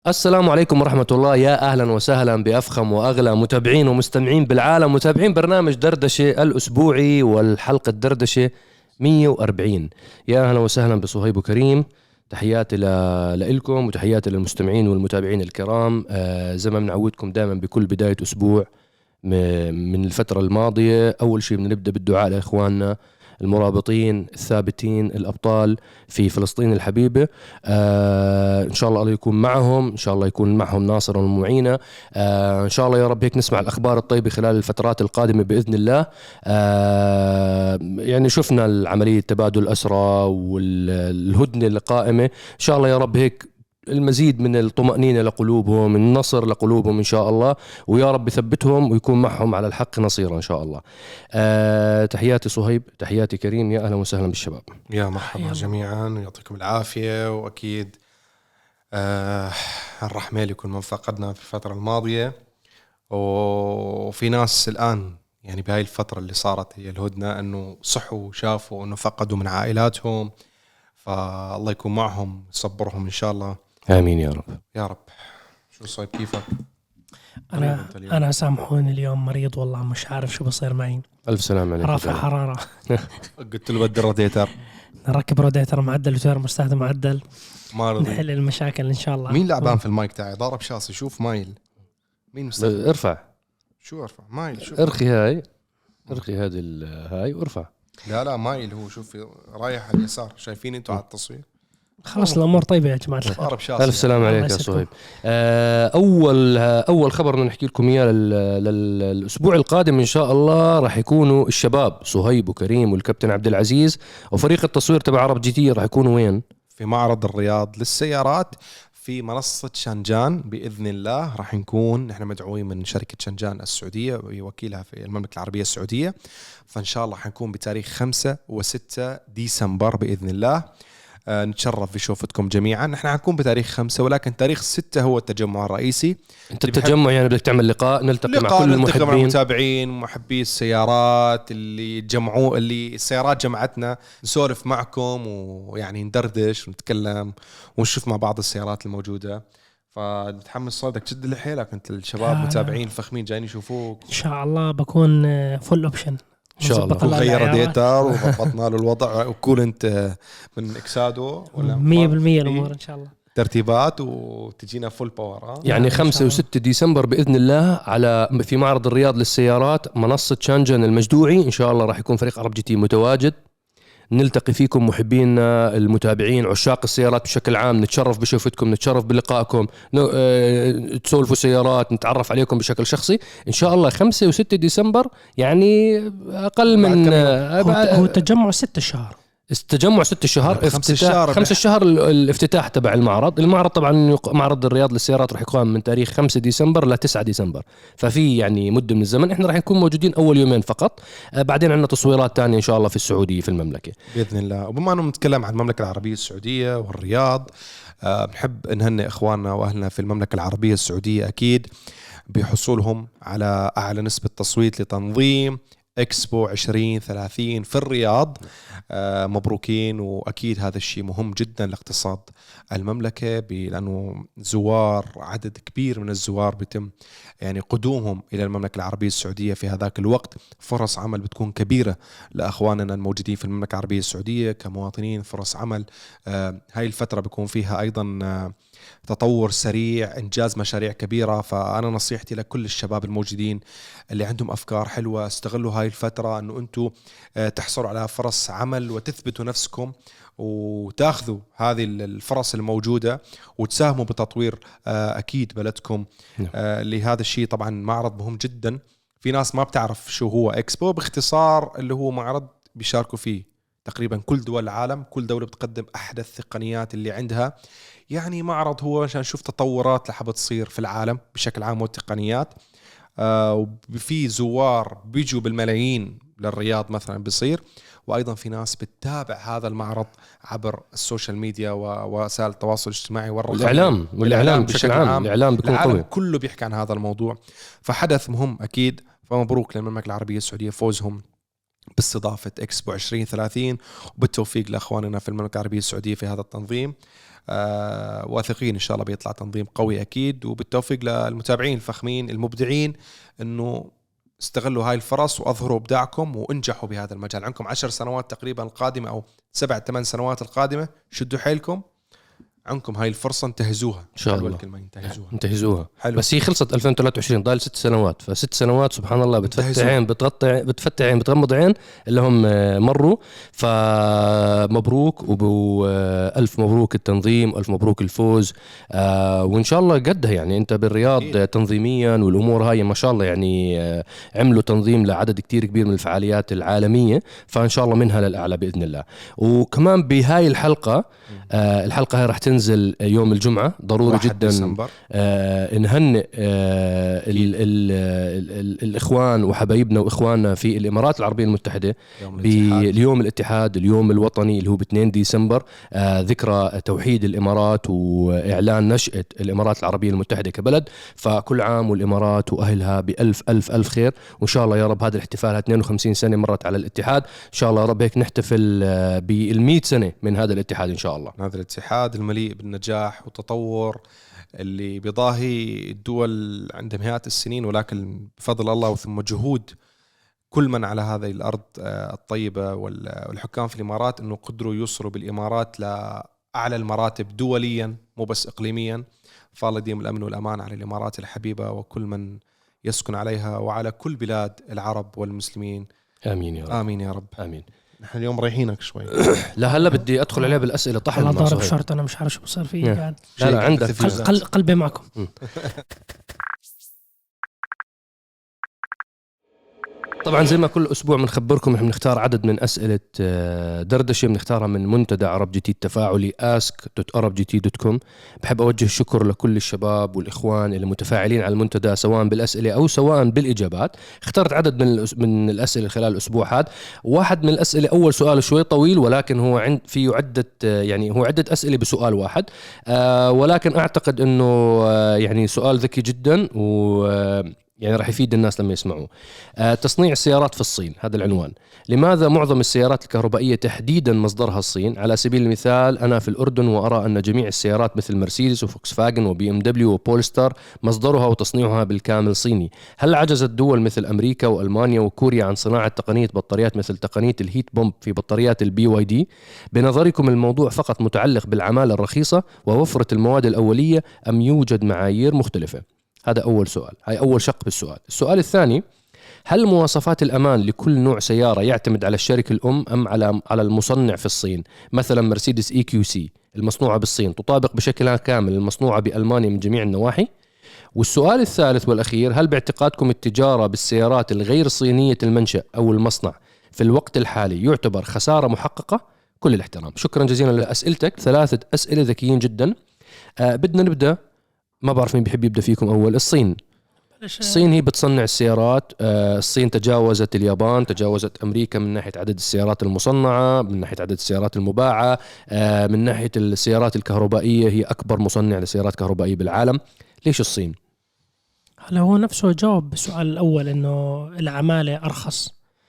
السلام عليكم ورحمة الله، يا أهلا وسهلا بأفخم وأغلى متابعين ومستمعين بالعالم، متابعين برنامج دردشة الأسبوعي والحلقة الدردشة 140. يا أهلا وسهلا بصهيب وكريم. تحياتي لإلكم وتحياتي للمستمعين والمتابعين الكرام. زي ما بنعودكم دائما بكل بداية أسبوع من الفترة الماضية، أول شيء بنبدأ بالدعاء لإخواننا المرابطين الثابتين الأبطال في فلسطين الحبيبة. إن شاء الله يكون معهم، إن شاء الله يكون معهم ناصرا ومعينا. إن شاء الله يا رب هيك نسمع الأخبار الطيبة خلال الفترات القادمة بإذن الله. يعني شفنا العملية تبادل الأسرى والهدنة القائمة، إن شاء الله يا رب هيك المزيد من الطمأنينة لقلوبهم، النصر لقلوبهم إن شاء الله، ويا رب يثبتهم ويكون معهم على الحق نصيرا إن شاء الله. تحياتي صهيب، تحياتي كريم، يا أهلا وسهلا بالشباب. يا مرحبا جميعا ويعطيكم العافية، وأكيد الرحمة لكل من فقدنا في الفترة الماضية، وفي ناس الآن يعني بهاي الفترة اللي صارت هي الهدنة أنه صحوا وشافوا أنه فقدوا من عائلاتهم، فالله يكون معهم يصبرهم إن شاء الله. آمين يا رب يا رب. شو صايب كيفك؟ أنا سامحوني اليوم مريض والله، مش عارف شو بصير معي. ألف سلام عليك. رافع حرارة. قلت له بدي الراديتر، نركب راديتر معدل وتيرموستات معدل، ما رضي. نحل المشاكل إن شاء الله. مين لعبان في المايك تاعي؟ ضارب شاصي. شوف مايل. مين مستخدم؟ ارفع. شو ارفع؟ مايل. شوف ارخي هاي، ارخي هذه هاي وارفع. لا مايل هو. شوف رايح على اليسار. شايفين انتوا على التصوير؟ خلص الأمور طيبة يا جماعة الخير. ضارب شاصي. ألف سلام عليك يا صهيب. أول خبر بدنا نحكي لكم إياه للأسبوع القادم إن شاء الله راح يكونوا الشباب صهيب وكريم والكابتن عبد العزيز وفريق التصوير تبع عرب جي تي راح يكونوا وين؟ في معرض الرياض للسيارات في منصة شنجان بإذن الله. راح نكون نحن مدعوين من شركة شنجان السعودية ووكيلها في المملكة العربية السعودية، فإن شاء الله حنكون بتاريخ 5 و6 ديسمبر بإذن الله. نتشرف بشوفتكم جميعا. نحن حنكون بتاريخ 5، ولكن تاريخ 6 هو التجمع الرئيسي. انت التجمع يعني بدك تعمل لقاء نلتقي مع كل المحبين، مع المتابعين ومحبي السيارات اللي جمعوا، اللي السيارات جمعتنا، نسولف معكم ويعني ندردش ونتكلم ونشوف مع بعض السيارات الموجودة. فنتحمس صدق، تشد لحيلك انت. الشباب متابعين فخمين جايين يشوفوك. إن شاء الله بكون فل أوبشن إن شاء الله. وغير ديتر وضبطنا له الوضع وكل انت من اكسادو 100% الأمور إن شاء الله ترتيبات وتجينا فول باور. يعني 5 و6 ديسمبر بإذن الله في معرض الرياض للسيارات منصة شانجان المجدوعي. إن شاء الله راح يكون فريق عرب جي تي متواجد. نلتقي فيكم محبينا المتابعين عشاق السيارات بشكل عام، نتشرف بشوفتكم، نتشرف بلقائكم، تسولفوا سيارات، نتعرف عليكم بشكل شخصي إن شاء الله. 5 و6 ديسمبر يعني أقل من هو التجمع 6 شهر. تجمع 6 شهر، 5 شهر الافتتاح تبع المعرض طبعا معرض الرياض للسيارات راح يقام من تاريخ 5 ديسمبر ل 9 ديسمبر، ففي يعني مدة من الزمن. احنا راح نكون موجودين اول يومين فقط، بعدين عندنا تصويرات تانية ان شاء الله في السعودية في المملكة بإذن الله. وبما انه نتكلم عن المملكة العربية السعودية والرياض، بنحب نهنئ اخواننا واهلنا في المملكة العربية السعودية اكيد بحصولهم على اعلى نسبة تصويت لتنظيم اكسبو 2030 في الرياض. مبروكين. واكيد هذا الشيء مهم جدا لاقتصاد المملكة، لانه زوار، عدد كبير من الزوار بيتم يعني قدومهم الى المملكة العربية السعودية في هذاك الوقت. فرص عمل بتكون كبيرة لاخواننا الموجودين في المملكة العربية السعودية كمواطنين، فرص عمل. هاي الفترة بيكون فيها ايضا تطور سريع، إنجاز مشاريع كبيرة. فأنا نصيحتي لكل الشباب الموجودين اللي عندهم أفكار حلوة، استغلوا هاي الفترة أنه أنتوا تحصلوا على فرص عمل وتثبتوا نفسكم وتاخذوا هذه الفرص الموجودة وتساهموا بتطوير أكيد بلدكم. لهذا الشيء طبعا معرض مهم جدا. في ناس ما بتعرف شو هو إكسبو. باختصار اللي هو معرض بيشاركوا فيه تقريبا كل دول العالم، كل دولة بتقدم أحدث التقنيات اللي عندها. يعني معرض هو عشان نشوف تطورات اللي حابة تصير في العالم بشكل عام والتقنيات. وفي زوار بيجوا بالملايين للرياض مثلا بيصير، وأيضا في ناس بتتابع هذا المعرض عبر السوشيال ميديا ووسائل التواصل الاجتماعي والإعلام بشكل عام. الإعلام بيكون قوي، كله بيحكي عن هذا الموضوع. فحدث مهم أكيد. فمبروك للمملكة العربية السعودية فوزهم باستضافة إكسبو 2030. وبالتوفيق لأخواننا في المملكة العربية السعودية في هذا التنظيم. واثقين إن شاء الله بيطلع تنظيم قوي أكيد. وبالتوفيق للمتابعين الفخمين المبدعين إنه استغلوا هاي الفرص وأظهروا إبداعكم وانجحوا بهذا المجال. عندكم 10 سنوات تقريبا القادمة أو 7-8 سنوات القادمة، شدوا حيلكم، عندكم هاي الفرصة انتهزوها إن شاء الله. انتهزوها. حلو. بس هي خلصت 2023، ضايل 6 سنوات، ف6 سنوات سبحان الله بتفتح عين بتفتح عين بتغمض عين اللي هم مروا. فمبروك وألف مبروك التنظيم، ألف مبروك الفوز. وإن شاء الله قدها يعني أنت بالرياض تنظيميا والأمور هاي ما شاء الله يعني عملوا تنظيم لعدد كتير كبير من الفعاليات العالمية، فإن شاء الله منها للأعلى بإذن الله. وكمان بهاي الحلقة الحلقة هاي رح تنزل يوم الجمعة، ضروري جدا نهنئ الإخوان وحبايبنا وإخواننا في الإمارات العربية المتحدة باليوم الاتحاد، اليوم الوطني اللي هو ب2 ديسمبر، ذكرى توحيد الإمارات وإعلان نشأة الإمارات العربية المتحدة كبلد. فكل عام والإمارات وأهلها بألف ألف ألف خير، وإن شاء الله يا رب هذا الاحتفال 52 سنة مرت على الاتحاد، إن شاء الله يا رب هيك نحتفل بال100 سنة من هذا الاتحاد إن شاء الله. هذا الاتحاد المليء بالنجاح والتطور اللي بيضاهي الدول عند مئات السنين، ولكن بفضل الله وثم جهود كل من على هذه الأرض الطيبة والحكام في الإمارات أنه قدروا يوصلوا بالإمارات لأعلى المراتب دوليا مو بس إقليميا. فالله يديم الأمن والأمان على الإمارات الحبيبة وكل من يسكن عليها وعلى كل بلاد العرب والمسلمين. آمين يا رب. آمين يا رب. آمين. نحن اليوم رايحينك شوي. لا هلا بدي أدخل عليه بالأسئلة طحن. أنا ضارب شرط، أنا مش عارف شو بصير فيه قاعد. لا عندك قلبي معكم. طبعا زي ما كل أسبوع بنخبركم إحنا بنختار عدد من أسئلة دردشة، بنختارها من منتدى عرب جي تي التفاعلي ask.arabgt.com. بحب أوجه الشكر لكل الشباب والإخوان اللي متفاعلين على المنتدى سواء بالأسئلة أو سواء بالإجابات. اخترت عدد من الأسئلة خلال الأسبوع هذا. واحد من الأسئلة أول سؤال شوي طويل، ولكن هو فيه عدة يعني هو عدة أسئلة بسؤال واحد، ولكن أعتقد إنه يعني سؤال ذكي جدا و يعني راح يفيد الناس لما يسمعوه. تصنيع السيارات في الصين، هذا العنوان. لماذا معظم السيارات الكهربائية تحديدا مصدرها الصين؟ على سبيل المثال أنا في الأردن وأرى أن جميع السيارات مثل مرسيدس وفوكس فاجن وبي ام دبليو وبولستار مصدرها وتصنيعها بالكامل صيني. هل عجزت دول مثل أمريكا وألمانيا وكوريا عن صناعة تقنية بطاريات مثل تقنية الهيت بومب في بطاريات البي واي دي؟ بنظركم الموضوع فقط متعلق بالعمالة الرخيصة ووفرة المواد الأولية أم يوجد معايير مختلفة؟ هذا أول سؤال، هاي أول شق بالسؤال. السؤال الثاني: هل مواصفات الأمان لكل نوع سيارة يعتمد على الشركة الأم أم على المصنع في الصين؟ مثلا مرسيدس EQC المصنوعة بالصين تطابق بشكل كامل المصنوعة بألمانيا من جميع النواحي؟ والسؤال الثالث والأخير: هل باعتقادكم التجارة بالسيارات الغير صينية المنشأ أو المصنع في الوقت الحالي يعتبر خسارة محققة؟ كل الاحترام. شكرا جزيلا لأسئلتك، 3 أسئلة ذكيين جدا. بدنا نبدأ، ما بعرف مين بيحب يبدأ فيكم أول. الصين هي بتصنع السيارات. الصين تجاوزت اليابان، تجاوزت أمريكا من ناحية عدد السيارات المصنعة، من ناحية عدد السيارات المباعة، من ناحية السيارات الكهربائية هي أكبر مصنع لسيارات كهربائية بالعالم. ليش الصين؟ هلا هو نفسه جاوب بالسؤال الأول إنه العمالة أرخص.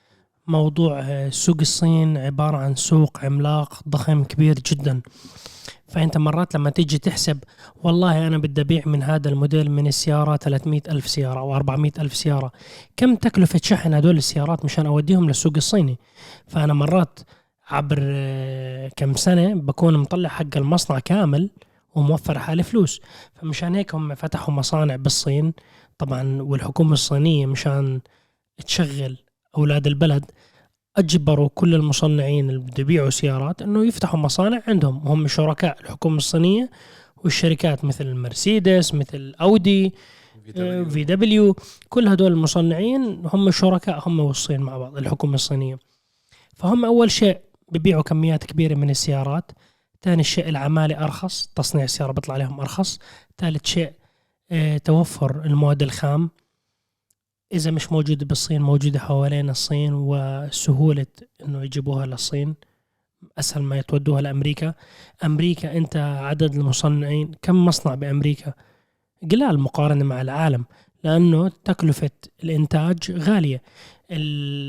موضوع سوق الصين عبارة عن سوق عملاق ضخم كبير جدا، فأنت مرات لما تيجي تحسب والله أنا بدي أبيع من هذا الموديل من السيارة 300,000 سيارة أو 400,000 سيارة، كم تكلفة شحن هدول السيارات مشان أوديهم للسوق الصيني؟ فأنا مرات عبر كم سنة بكون مطلع حق المصنع كامل وموفر حالي فلوس. فمشان هيك هم فتحوا مصانع بالصين طبعا، والحكومة الصينية مشان تشغل أولاد البلد أجبروا كل المصنعين اللي بده يبيعوا سيارات أنه يفتحوا مصانع عندهم، وهم شركاء الحكومة الصينية والشركات مثل مرسيدس مثل أودي في دبليو، كل هدول المصنعين هم شركاء هم والصين مع بعض الحكومة الصينية. فهم أول شيء بيبيعوا كميات كبيرة من السيارات، ثاني شيء العمالة أرخص، تصنيع السيارة بيطلع عليهم أرخص، ثالث شيء توفر المواد الخام إذا مش موجودة بالصين موجودة حوالين الصين، وسهولة إنه يجيبوها للصين أسهل ما يتودوها لأمريكا. أمريكا أنت عدد المصنعين كم مصنع بأمريكا؟ قلال مقارنة مع العالم، لأنه تكلفة الإنتاج غالية.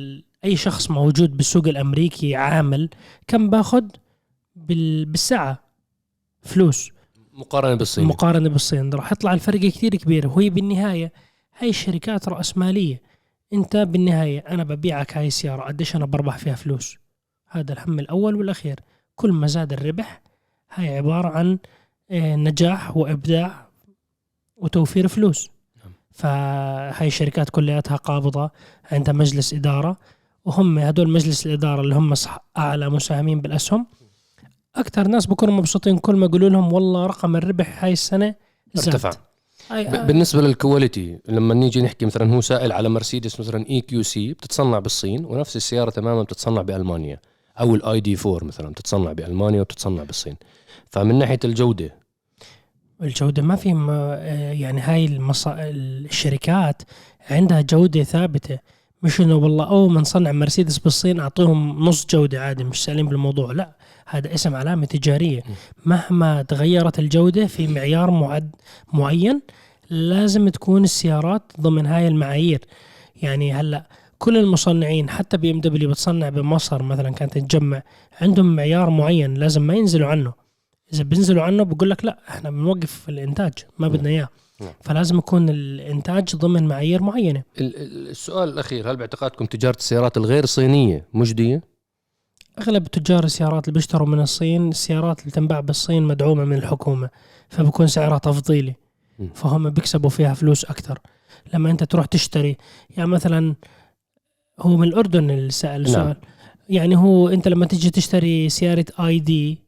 اي شخص موجود بالسوق الامريكي عامل كم باخد بالساعه فلوس مقارنه بالصين راح يطلع الفرق كتير كبير. وهي بالنهايه هاي الشركات رأسماليه، انت بالنهايه انا ببيعك هاي السياره قديش انا بربح فيها فلوس، هذا الهم الاول والاخير. كل ما زاد الربح هاي عباره عن نجاح وابداع وتوفير فلوس. فهاي الشركات كلياتها قابضة عندها مجلس إدارة، وهم هدول مجلس الإدارة اللي هم أعلى مساهمين بالأسهم أكتر ناس بكونوا مبسوطين كل ما يقولوا لهم والله رقم الربح هاي السنة زاد ارتفع. بالنسبة للكواليتي لما نيجي نحكي مثلا هو سائل على مرسيدس مثلا EQC بتتصنع بالصين، ونفس السيارة تماما بتتصنع بألمانيا، أو ID4 مثلا بتتصنع بألمانيا وبتتصنع بالصين. فمن ناحية الجودة ما في يعني هاي الشركات عندها جودة ثابتة، مش انه والله منصنع مرسيدس بالصين اعطيهم نص جودة عادي مش سالين بالموضوع. لا، هذا اسم علامة تجارية. مهما تغيرت الجودة في معيار معين لازم تكون السيارات ضمن هاي المعايير. يعني هلا كل المصنعين حتى BMW بتصنع بمصر مثلا كانت تجمع عندهم معيار معين لازم ما ينزلوا عنه. إذا بينزلوا عنه بقول لك لا احنا بنوقف الإنتاج ما بدنا إياه. فلازم يكون الإنتاج ضمن معايير معينة. السؤال الأخير، هل باعتقادكم تجارة السيارات الغير صينية مجدية؟ أغلب تجار السيارات اللي بيشتروا من الصين السيارات اللي تنباع بالصين مدعومة من الحكومة، فبكون سعرها تفضيلي فهم بيكسبوا فيها فلوس أكتر. لما أنت تروح تشتري يعني مثلا هو من الأردن اللي سأل سؤال، يعني هو أنت لما تيجي تشتري سيارة ID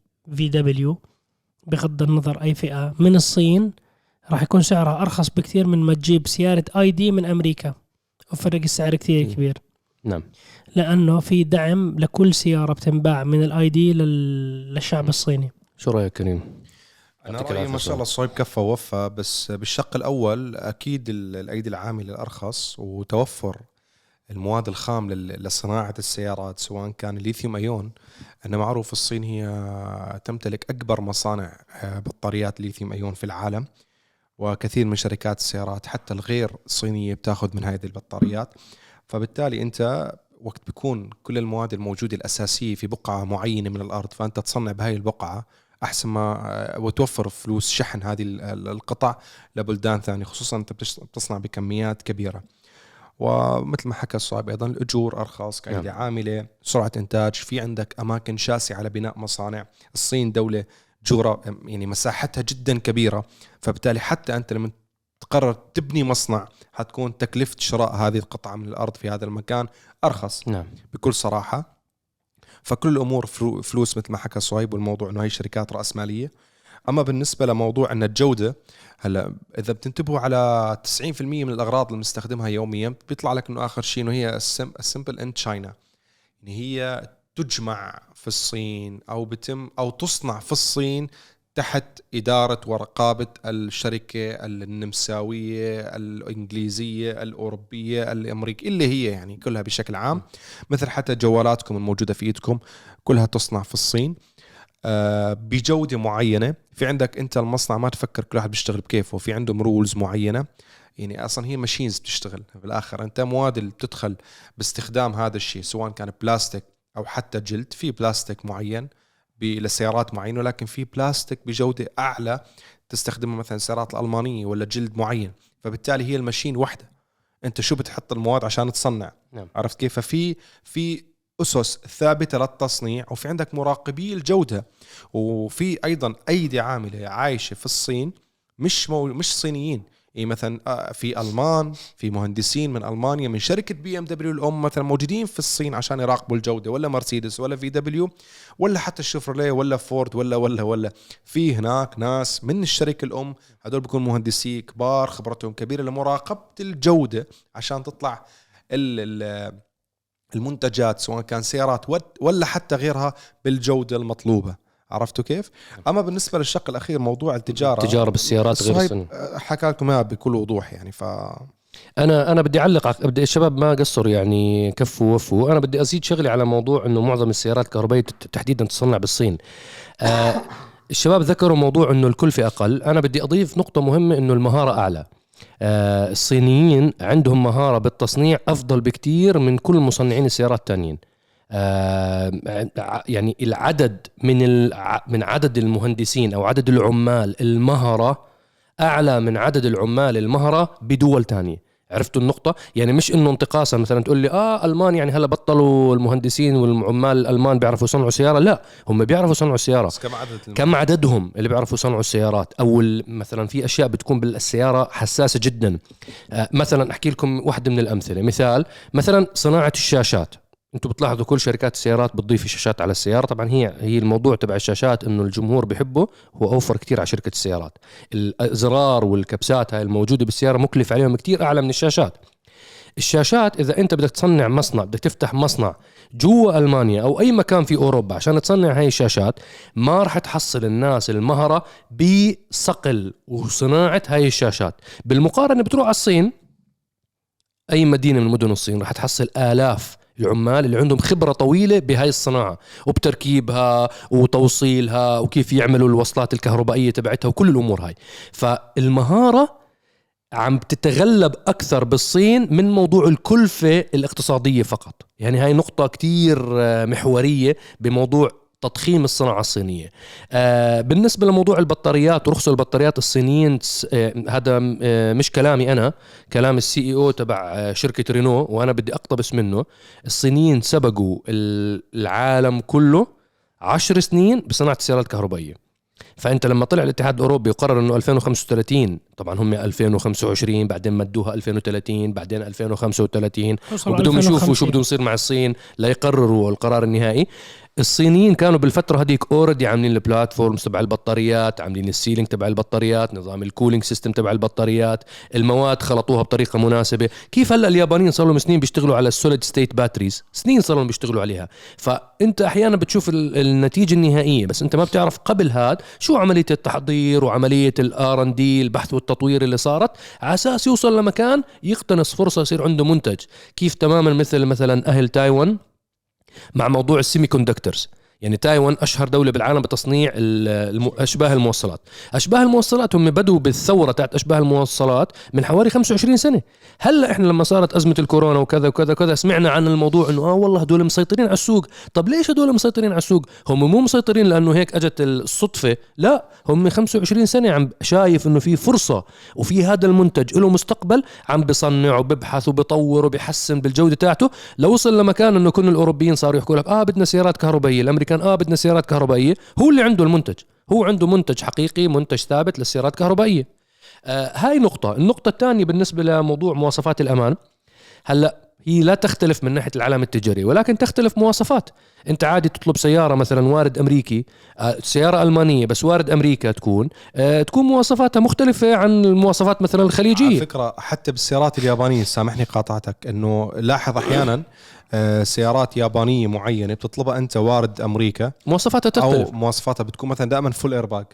VW بغض النظر أي فئة من الصين راح يكون سعرها أرخص بكثير من ما تجيب سيارة ID من أمريكا، وفرق السعر كثير كبير. نعم، لأنه في دعم لكل سيارة بتنباع من الID للشعب الصيني. شو رأيك كريم؟ أنا رأيي ما شاء الله الصويب كفى ووفى، بس بالشق الأول أكيد الأيدي العاملة الأرخص وتوفر المواد الخام لصناعة السيارات سواء كان الليثيوم أيون. أنا معروف الصين هي تمتلك أكبر مصانع بطاريات ليثيوم أيون في العالم، وكثير من شركات السيارات حتى الغير صينية بتاخذ من هذه البطاريات. فبالتالي أنت وقت بيكون كل المواد الموجودة الأساسية في بقعة معينة من الأرض، فأنت تصنع بهاي البقعة أحسن ما وتوفر فلوس شحن هذه القطع لبلدان ثانية، خصوصا أنت بتصنع بكميات كبيرة. ومثل ما حكى الصعب أيضا الأجور أرخص، قاعدة عاملة، سرعة إنتاج، في عندك أماكن شاسعة على بناء مصانع. الصين دولة جغرافيا يعني مساحتها جدا كبيرة، فبالتالي حتى أنت لما تقرر تبني مصنع حتكون تكلفة شراء هذه القطعة من الأرض في هذا المكان أرخص. نعم. بكل صراحة. فكل الأمور فلوس مثل ما حكى صهيب، والموضوع أنه هي شركات رأس مالية. أما بالنسبة لموضوع أن الجودة، هلا إذا بتنتبهوا على 90% من الأغراض اللي بنستخدمها يوميا بيطلع لك إنه آخر شيء إنه هي simple in China، يعني هي تجمع في الصين أو تصنع في الصين تحت إدارة ورقابة الشركة النمساوية الإنجليزية الأوروبية الأمريكية اللي هي يعني كلها بشكل عام. مثل حتى جوالاتكم الموجودة في إيدكم كلها تصنع في الصين بجودة معينة. في عندك أنت المصنع ما تفكر كل واحد بيشتغل بكيفه، في عندهم رولز معينة، يعني أصلا هي ماشينز بتشتغل بالآخر. أنت مواد اللي بتدخل باستخدام هذا الشيء سواء كان بلاستيك أو حتى جلد، في بلاستيك معين لسيارات معينة، ولكن في بلاستيك بجودة أعلى تستخدمه مثلا السيارات الألمانية ولا جلد معين. فبالتالي هي الماشين واحدة، أنت شو بتحط المواد عشان تصنع. نعم. عرفت كيف؟ في أسس ثابتة للتصنيع، وفي عندك مراقبي الجودة، وفي أيضا أيدي عاملة عايشة في الصين مش صينيين. يعني مثلا في ألمان، في مهندسين من ألمانيا من شركة BMW الأم مثلا موجودين في الصين عشان يراقبوا الجودة، ولا مرسيدس ولا VW ولا حتى الشيفروليه ولا فورد ولا في هناك ناس من الشركة الأم، هدول بيكون مهندسي كبار خبرتهم كبيرة لمراقبة الجودة عشان تطلع المنتجات سواء كان سيارات ولا حتى غيرها بالجودة المطلوبة. عرفتوا كيف؟ أما بالنسبة للشق الأخير موضوع التجارة بالسيارات غير الصينية، حكى لكم إياها بكل وضوح يعني. أنا بدي أعلق، بدي الشباب ما قصروا يعني كفوا وفوا. أنا بدي أزيد شغلي على موضوع إنه معظم السيارات الكهربائية تحديدا تصنع بالصين. الشباب ذكروا موضوع إنه الكلفة أقل، أنا بدي أضيف نقطة مهمة إنه المهارة أعلى. الصينيين عندهم مهارة بالتصنيع أفضل بكتير من كل مصنعين السيارات التانيين. يعني العدد من عدد المهندسين أو عدد العمال المهرة أعلى من عدد العمال المهرة بدول تانية. عرفتوا النقطة؟ يعني مش إنه انتقاصا مثلا تقول لي ألمان يعني هلا بطلوا المهندسين والعمال الألمان بيعرفوا يصنعوا سيارة. لا، هم بيعرفوا يصنعوا السيارة. كم عددهم اللي بيعرفوا يصنعوا السيارات؟ أو مثلا في أشياء بتكون بالسيارة حساسة جدا. مثلا أحكي لكم واحدة من الأمثلة. مثلا صناعة الشاشات. انتوا بتلاحظوا كل شركات السيارات بتضيف شاشات على السيارة. طبعا هي الموضوع تبع الشاشات انه الجمهور بيحبه، هو اوفر كتير على شركة السيارات. الازرار والكبسات هاي الموجودة بالسيارة مكلف عليهم كتير اعلى من الشاشات. الشاشات اذا انت بدك تصنع مصنع، بدك تفتح مصنع جوا المانيا او اي مكان في اوروبا عشان تصنع هاي الشاشات، ما راح تحصل الناس المهرة بصقل وصناعة هاي الشاشات. بالمقارنة بتروح على الصين، اي مدينة من مدن الصين راح تحصل آلاف العمال اللي عندهم خبرة طويلة بهاي الصناعة وبتركيبها وتوصيلها وكيف يعملوا الوصلات الكهربائية تبعتها وكل الأمور هاي. فالمهارة عم تتغلب أكثر بالصين من موضوع الكلفة الاقتصادية فقط. يعني هاي نقطة كتير محورية بموضوع تضخيم الصناعة الصينية. بالنسبة لموضوع البطاريات ورخص البطاريات الصينيين، هذا مش كلامي أنا، كلام CEO تبع شركة رينو، وأنا بدي أقتبس منه. الصينيين سبقوا العالم كله 10 سنين بصناعة السيارات الكهربائية. فأنت لما طلع الاتحاد الأوروبي وقرر أنه 2035، طبعا هم 2025 بعدين مدوها 2030 بعدين 2035 وبدهم يشوفوا شو بدهم يصير مع الصين ليقرروا القرار النهائي. الصينيين كانوا بالفترة هذيك اوريدي عاملين البلاتفورمز تبع البطاريات، عاملين السيلينج تبع البطاريات، نظام الكولينج سيستم تبع البطاريات، المواد خلطوها بطريقة مناسبة. كيف هلا اليابانيين صاروا لهم سنين بيشتغلوا على السوليد ستيت باتريز، سنين صاروا لهم بيشتغلوا عليها. فانت احيانا بتشوف النتيجة النهائية بس انت ما بتعرف قبل هذا شو عملية التحضير وعملية الR&D البحث والتطوير اللي صارت على اساس يوصل لمكان يقتنص فرصة يصير عنده منتج. كيف تماما مثلا اهل تايوان مع موضوع السيمي كوندكترز. يعني تايوان أشهر دولة بالعالم بتصنيع أشباه الموصلات. أشباه الموصلات هم بدوا بالثورة تاعت أشباه الموصلات من حوالي 25 سنة. هلأ إحنا لما صارت أزمة الكورونا وكذا وكذا وكذا سمعنا عن الموضوع إنه والله هدول مسيطرين على السوق. طب ليش هدول مسيطرين على السوق؟ هم مو مسيطرين لأنه هيك أجت الصدفة، لا، هم 25 سنة عم شايف إنه في فرصة وفي هذا المنتج له مستقبل، عم بصنع وببحث وبطور وبيحسن بالجودة تاعته، لوصل لمكان إنه كل الأوروبيين صاروا يحكوا لك بدنا سيارات كهربائية، الأمريكان بدنا سيارات كهربائية. هو اللي عنده المنتج، هو عنده منتج حقيقي، منتج ثابت للسيارات كهربائية. هاي نقطة. النقطة الثانية بالنسبة لموضوع مواصفات الأمان، هلأ هي لا تختلف من ناحية العلامة التجارية ولكن تختلف مواصفات. انت عادي تطلب سيارة مثلا وارد أمريكي، سيارة ألمانية بس وارد أمريكا، تكون مواصفاتها مختلفة عن المواصفات مثلا الخليجية. على فكرة حتى بالسيارات اليابانية، سامحني قاطعتك، انه لاحظ احيانا سيارات يابانية معينة بتطلبها انت وارد أمريكا مواصفاتها تختلف، او مواصفاتها بتكون مثلا دائما فول ايرباج،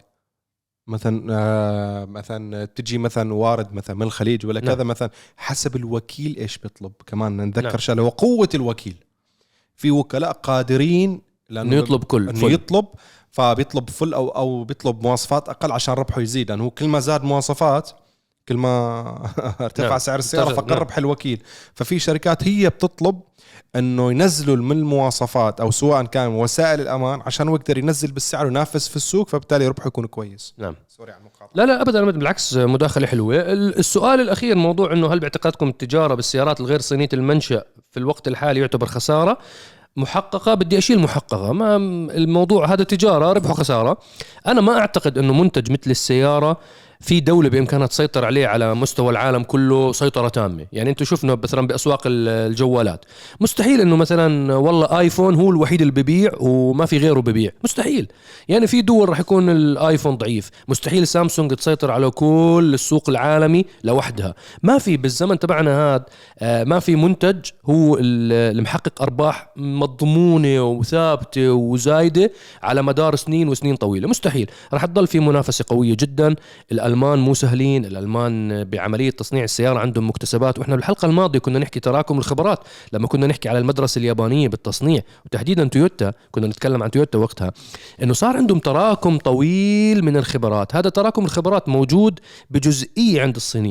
مثلا تجي مثلا وارد مثلا من الخليج ولا كذا. مثلا حسب الوكيل ايش بيطلب كمان نتذكر شغله، وقوة الوكيل. في وكلاء قادرين لانه يطلب انه يطلب، فبيطلب فل او بيطلب مواصفات اقل عشان ربحه يزيد، لانه كل ما زاد مواصفات كل ما ارتفع سعر السيارة فقل ربح الوكيل. ففي شركات هي بتطلب انه ينزلوا من المواصفات او سواء كان وسائل الامان عشان هو يقدر ينزل بالسعر وينافس في السوق، فبالتالي ربحه يكون كويس. نعم. سوري على المقاطعة. لا ابدا، بالعكس مداخله حلوه. السؤال الاخير موضوع انه هل باعتقادكم التجاره بالسيارات الغير صينيه المنشأ في الوقت الحالي يعتبر خساره محققه؟ بدي اشيل محققه، ما الموضوع هذا تجاره ربح وخساره. انا ما اعتقد انه منتج مثل السياره في دولة بإمكانها تسيطر عليه على مستوى العالم كله سيطرة تامة. يعني أنتوا شفنا مثلا بأسواق الجوالات، مستحيل أنه مثلا والله آيفون هو الوحيد اللي ببيع وما في غيره ببيع، مستحيل. يعني في دول رح يكون الآيفون ضعيف، مستحيل سامسونج تسيطر على كل السوق العالمي لوحدها. ما في بالزمن تبعنا هذا ما في منتج هو المحقق أرباح مضمونة وثابتة وزايدة على مدار سنين وسنين طويلة، مستحيل. رح تضل في منافسة قوية جدا. الألمان مو سهلين، الألمان بعملية تصنيع السيارة عندهم مكتسبات، وإحنا بالحلقة الماضية كنا نحكي تراكم الخبرات لما كنا نحكي على المدرسة اليابانية بالتصنيع، وتحديدا تويوتا، كنا نتكلم عن تويوتا وقتها إنه صار عندهم تراكم طويل من الخبرات. هذا تراكم الخبرات موجود بجزئية عند الصينيين،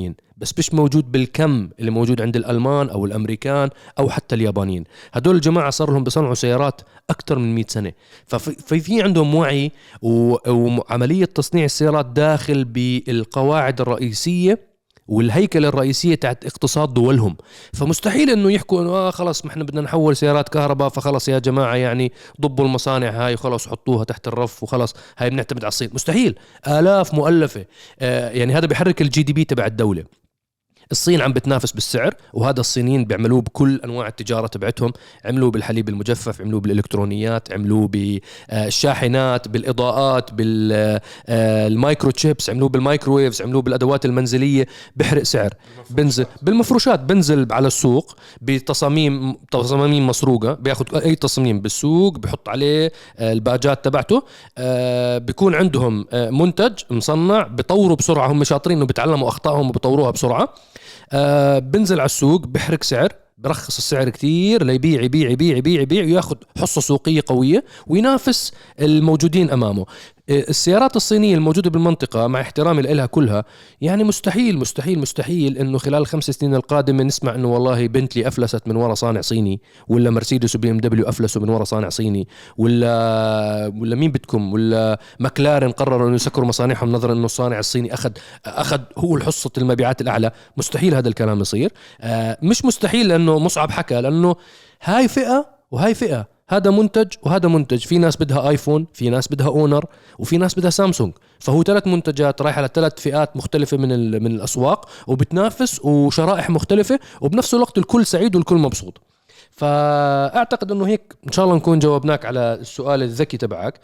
بس مش موجود بالكم اللي موجود عند الألمان أو الأمريكان أو حتى اليابانيين. هدول الجماعة صار لهم بيصنعوا سيارات أكثر من 100 سنة، ففي عندهم وعي وعملية تصنيع السيارات داخل بالقواعد الرئيسية والهيكل الرئيسية تاعت اقتصاد دولهم. فمستحيل انه يحكوا انه خلاص ما احنا بدنا نحول سيارات كهرباء، فخلاص يا جماعة يعني ضبوا المصانع هاي وخلاص حطوها تحت الرف وخلاص هاي بنعتمد على الصين. مستحيل، آلاف مؤلفة. يعني هذا بيحرك الجي دي بي تبع الدولة. الصين عم بتنافس بالسعر، وهذا الصينيين بيعملوه بكل أنواع التجارة تبعتهم. عملوه بالحليب المجفف، عملوه بالإلكترونيات، عملوه بالشاحنات، بالإضاءات، بالمايكرو تشيبس، عملوه بالمايكروويفز، عملوه بالأدوات المنزلية. بحرق سعر. بنزل بالمفروشات، بنزل على السوق بتصاميم مسروقة، بياخد أي تصميم بالسوق بحط عليه الباجات تبعته. بيكون عندهم منتج مصنع، بيطوروا بسرعة، هم شاطرين إنه بيتعلموا أخطائهم وبيطوروها بسرعة. بنزل على السوق، بحرق سعر، برخص السعر كتير ليبيع يبيع يبيع يبيع يبيع وياخد حصة سوقية قوية وينافس الموجودين أمامه. السيارات الصينية الموجودة بالمنطقة مع احترامي لها كلها، يعني مستحيل مستحيل مستحيل انه خلال 5 سنين القادمة نسمع انه والله بنتلي افلست من وراء صانع صيني، ولا مرسيدس وبي ام دبليو افلسوا من وراء صانع صيني، ولا مين بدكم، ولا مكلارن قرروا انه يسكروا مصانعهم نظرا انه الصانع الصيني اخذ هو الحصة المبيعات الاعلى. مستحيل هذا الكلام يصير. مش مستحيل لانه مصعب حكى، لانه هاي فئة وهاي فئة، هذا منتج وهذا منتج. في ناس بدها ايفون، في ناس بدها اونر، وفي ناس بدها سامسونج. فهو 3 منتجات رايحة ل3 فئات مختلفة من الاسواق، وبتنافس وشرائح مختلفة، وبنفس الوقت الكل سعيد والكل مبسوط. فاعتقد انه هيك ان شاء الله نكون جاوبناك على السؤال الذكي تبعك،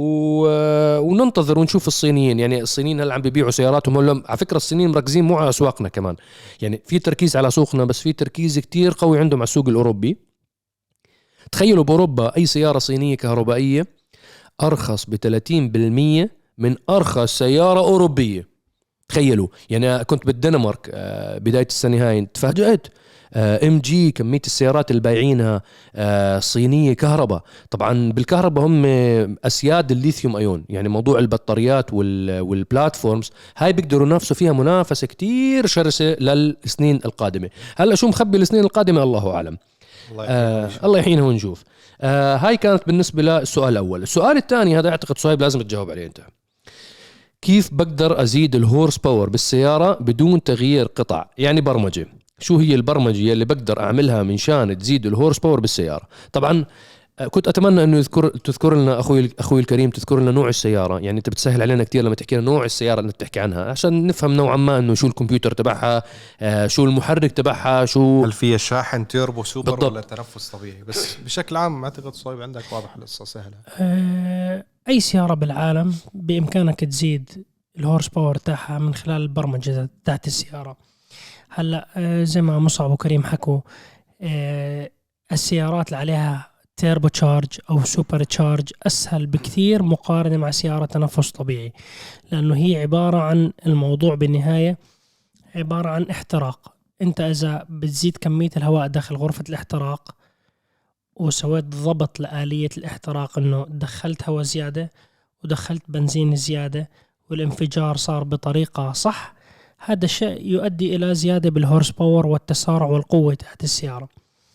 وننتظر ونشوف الصينيين. يعني الصينيين هل عم بيبيعوا سياراتهم ولا؟ على فكرة الصينيين مركزين مو على اسواقنا كمان، يعني في تركيز على سوقنا، بس في تركيز كتير قوي عندهم على السوق الاوروبي. تخيلوا بأوروبا أي سيارة صينية كهربائية أرخص ب30% من أرخص سيارة أوروبية. تخيلوا، يعني كنت بالدنمارك بداية السنة هاي، تفاجأت MG كمية السيارات اللي بايعينها صينية كهرباء. طبعا بالكهرباء هم أسياد الليثيوم أيون، يعني موضوع البطاريات والبلاتفورمز هاي بيقدروا ينافسوا فيها منافسة كتير شرسة للسنين القادمة. هلأ شو مخبي السنين القادمة الله أعلم. الله يحيينا ونشوف. هاي كانت بالنسبة للسؤال الأول. السؤال الثاني هذا أعتقد صعب، لازم تجاوب عليه أنت. كيف بقدر أزيد الهورس باور بالسيارة بدون تغيير قطع؟ يعني برمجة. شو هي البرمجة اللي بقدر أعملها من شان تزيد الهورس باور بالسيارة؟ طبعا كنت أتمنى أنه تذكر لنا أخوي الكريم، تذكر لنا نوع السيارة. يعني أنت بتسهل علينا كتير لما تحكي لنا نوع السيارة اللي بتحكي عنها، عشان نفهم نوعا ما أنه شو الكمبيوتر تبعها، شو المحرك تبعها، شو هل فيها شاحن تيربو سوبر بالضبط. ولا تنفس طبيعي. بس بشكل عام أعتقد صايب عندك واضح القصة سهلة. أي سيارة بالعالم بإمكانك تزيد الهورس باور تاعها من خلال البرمجة تاعت السيارة. هلأ زي ما مصعب وكريم حكوا، السيارات اللي عليها تيربو تشارج أو سوبر تشارج أسهل بكثير مقارنة مع سيارة تنفس طبيعي، لأنه هي عبارة عن الموضوع بالنهاية عبارة عن احتراق. أنت إذا بتزيد كمية الهواء داخل غرفة الاحتراق وسويت ضبط لآلية الاحتراق، إنه دخلت هواء زيادة ودخلت بنزين زيادة والانفجار صار بطريقة صح، هذا الشيء يؤدي إلى زيادة بالهورس باور والتسارع والقوة تحت السيارة.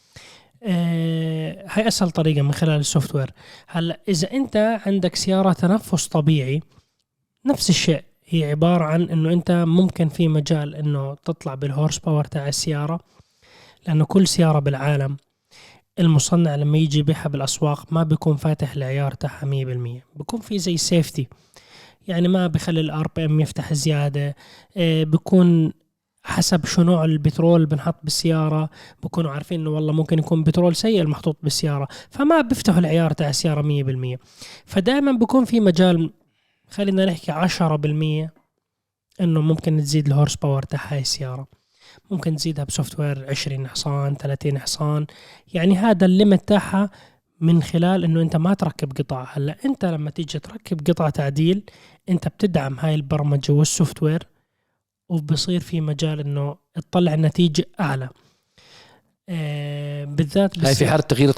هاي أسهل طريقة من خلال السوفت وير. هلا إذا أنت عندك سيارة تنفس طبيعي، نفس الشيء، هي عبارة عن إنه أنت ممكن في مجال إنه تطلع بالهورس باور تاع السيارة، لأنه كل سيارة بالعالم المصنع لما يجي بيعها بالأسواق ما بيكون فاتح العيار تاعها 100%، بيكون في زي سيفتي، يعني ما بيخلي الار بي ام يفتح زيادة، بيكون حسب شو نوع البترول بنحط بالسيارة، بكونوا عارفين إنه والله ممكن يكون بترول سيء المحطوط بالسيارة، فما بيفتحوا العيار تاع السيارة 100%. فدائما بيكون في مجال، خلينا نحكي 10% إنه ممكن تزيد الهورس باور تاع هاي السيارة. ممكن تزيدها بسوفت وير 20 حصان 30 حصان، يعني هذا الليمت تاعها من خلال إنه أنت ما تركب قطع. هلا أنت لما تيجي تركب قطع تعديل أنت بتدعم هاي البرمجة والسوفت وير، وبصير في مجال إنه تطلع النتيجة أعلى. بالذات هاي في حالة تغيير القطع.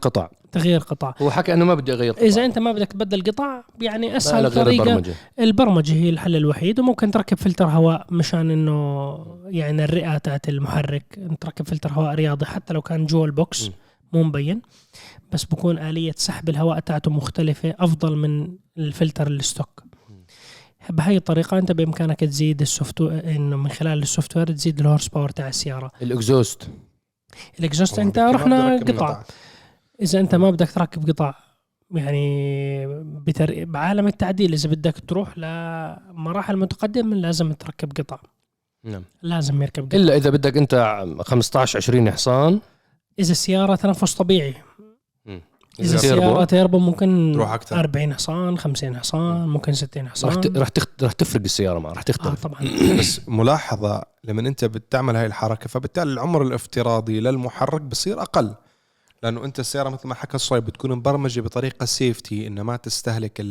تغيير قطع. هو حكى انه ما بدي اغير قطع. اذا انت ما بدك تبدل قطع يعني اسهل غير طريقه البرمجه هي الحل الوحيد. وممكن تركب فلتر هواء مشان انه يعني الرئه تاعت المحرك تركب فلتر هواء رياضي حتى لو كان جوا البوكس مو مبين، بس بكون آلية سحب الهواء تاعته مختلفة أفضل من الفلتر الستوك. بهاي الطريقة أنت بإمكانك تزيد السوفت وير، إنه من خلال السوفت وير تزيد الهورس باور تاع السيارة. الإكزوست أنت رحنا قطع. إذا أنت ما بدك تركب قطع يعني بعالم التعديل إذا بدك تروح لمراحل متقدمة لازم تركب قطع. نعم. لازم يركب قطع. إلا إذا بدك أنت 15-20 حصان. إذا السيارة تنفس طبيعي. إذا السيارة تيربو ممكن 40 حصان 50 حصان ممكن 60 حصان. رح تفرق السيارة معه، رح تختلف. طبعا. بس ملاحظة لما أنت بتعمل هاي الحركة فبالتالي العمر الافتراضي للمحرك بصير أقل، لأنه أنت السيارة مثل ما حكى صايب بتكون مبرمجة بطريقة سيفتي إن ما تستهلك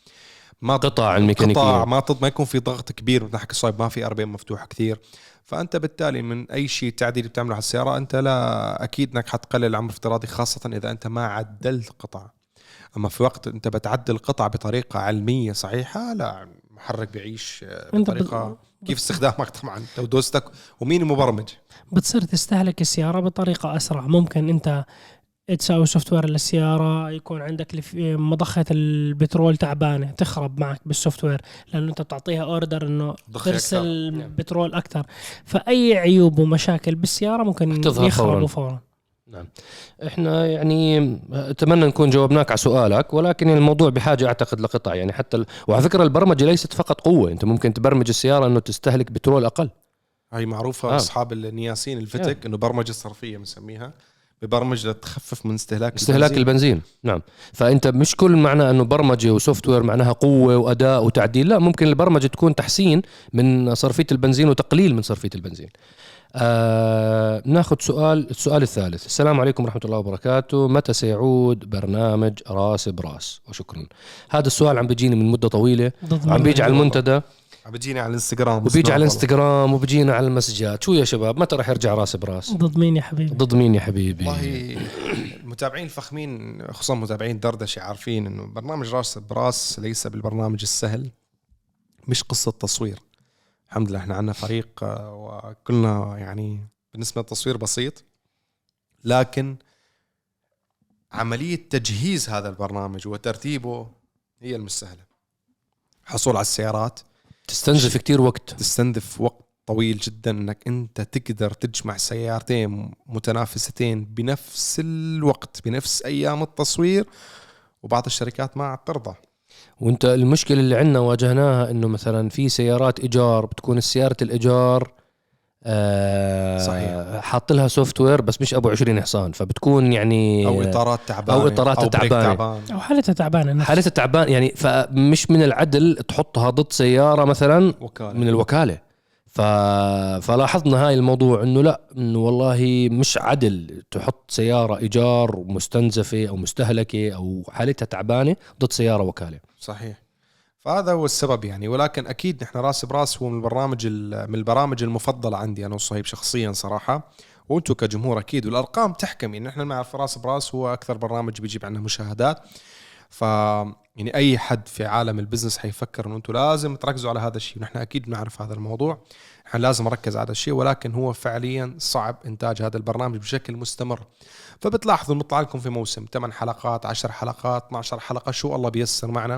قطع الميكانيكية، ما يكون في ضغط كبير. مثل حكى صايب ما في أربين مفتوح كثير، فأنت بالتالي من أي شيء تعديل بتعمله على السيارة أنت لا أكيد إنك حتقلل العمر الافتراضي، خاصة إذا أنت ما عدلت قطع. أما في وقت أنت بتعدل قطع بطريقة علمية صحيحة لا المحرك بيعيش بطريقة كيف استخدامك طبعا لو دوستك ومين مبرمج بتصير تستهلك السيارة بطريقة أسرع. ممكن أنت تساوي سوفت وير للسيارة يكون عندك مضخة البترول تعبانة تخرب معك بالسوفت وير لأنه أنت بتعطيها أوردر إنه ترسل بترول أكتر. فأي عيوب ومشاكل بالسيارة ممكن يخربوا فورا. نعم. احنا يعني اتمنى نكون جاوبناك على سؤالك، ولكن الموضوع بحاجه اعتقد لقطع يعني حتى وعلى فكره البرمجه ليست فقط قوه، انت ممكن تبرمج السياره انه تستهلك بترول اقل. هاي معروفه اصحاب النياسين الفتك انه برمجه صرفيه بنسميها، ببرمج لتخفف من استهلاك البنزين. نعم. فانت مش كل معنى انه برمجه وسوفت وير معناها قوه واداء وتعديل، لا، ممكن البرمجه تكون تحسين من صرفيه البنزين وتقليل من صرفيه البنزين. ناخذ السؤال الثالث. السلام عليكم ورحمة الله وبركاته، متى سيعود برنامج راس براس؟ وشكرا. هذا السؤال عم بيجيني من مدة طويلة، عم بيجي على المنتدى، عم بيجيني على الانستغرام، وبيجي على الانستغرام، وبيجينا على المسجات. شو يا شباب متى رح يرجع راس براس؟ ضد مين يا حبيبي؟ ضد مين يا حبيبي؟ والله المتابعين الفخمين خصوصا متابعين دردشة عارفين انه برنامج راس براس ليس بالبرنامج السهل، مش قصة تصوير. الحمد لله احنا عنا فريق وكلنا يعني بالنسبة للتصوير بسيط، لكن عملية تجهيز هذا البرنامج وترتيبه هي المستهلة. حصول على السيارات تستنزف كتير وقت، تستنزف وقت طويل جدا انك انت تقدر تجمع سيارتين متنافستين بنفس الوقت بنفس ايام التصوير، وبعض الشركات ما ترضى. وانت المشكلة اللي عندنا واجهناها انه مثلا في سيارات ايجار بتكون السيارة الايجار صحيح حاط لها سوفت وير بس مش ابو 20 حصان، فبتكون يعني او اطارات تعبانه او حالتها تعبانه يعني. فمش من العدل تحطها ضد سياره مثلا من الوكاله. فلاحظنا هاي الموضوع انه لا، انه والله مش عدل تحط سياره ايجار مستنزفه او مستهلكه او حالتها تعبانه ضد سياره وكاله. صحيح، فهذا هو السبب يعني. ولكن اكيد نحن راس براس هو من البرامج المفضله عندي انا وصهيب شخصيا صراحه، وانتم كجمهور اكيد، والارقام تحكم. يعني نحن نعرف راس براس هو اكثر برنامج بيجيب عنا مشاهدات، ف يعني اي حد في عالم البزنس حيفكر انه انتم لازم تركزوا على هذا الشيء، ونحن اكيد نعرف هذا الموضوع، نحن لازم نركز على هذا الشيء. ولكن هو فعليا صعب انتاج هذا البرنامج بشكل مستمر. فبتلاحظوا نطلع لكم في موسم 8 حلقات 10 حلقات 12 حلقة، شو الله بيسر معنا،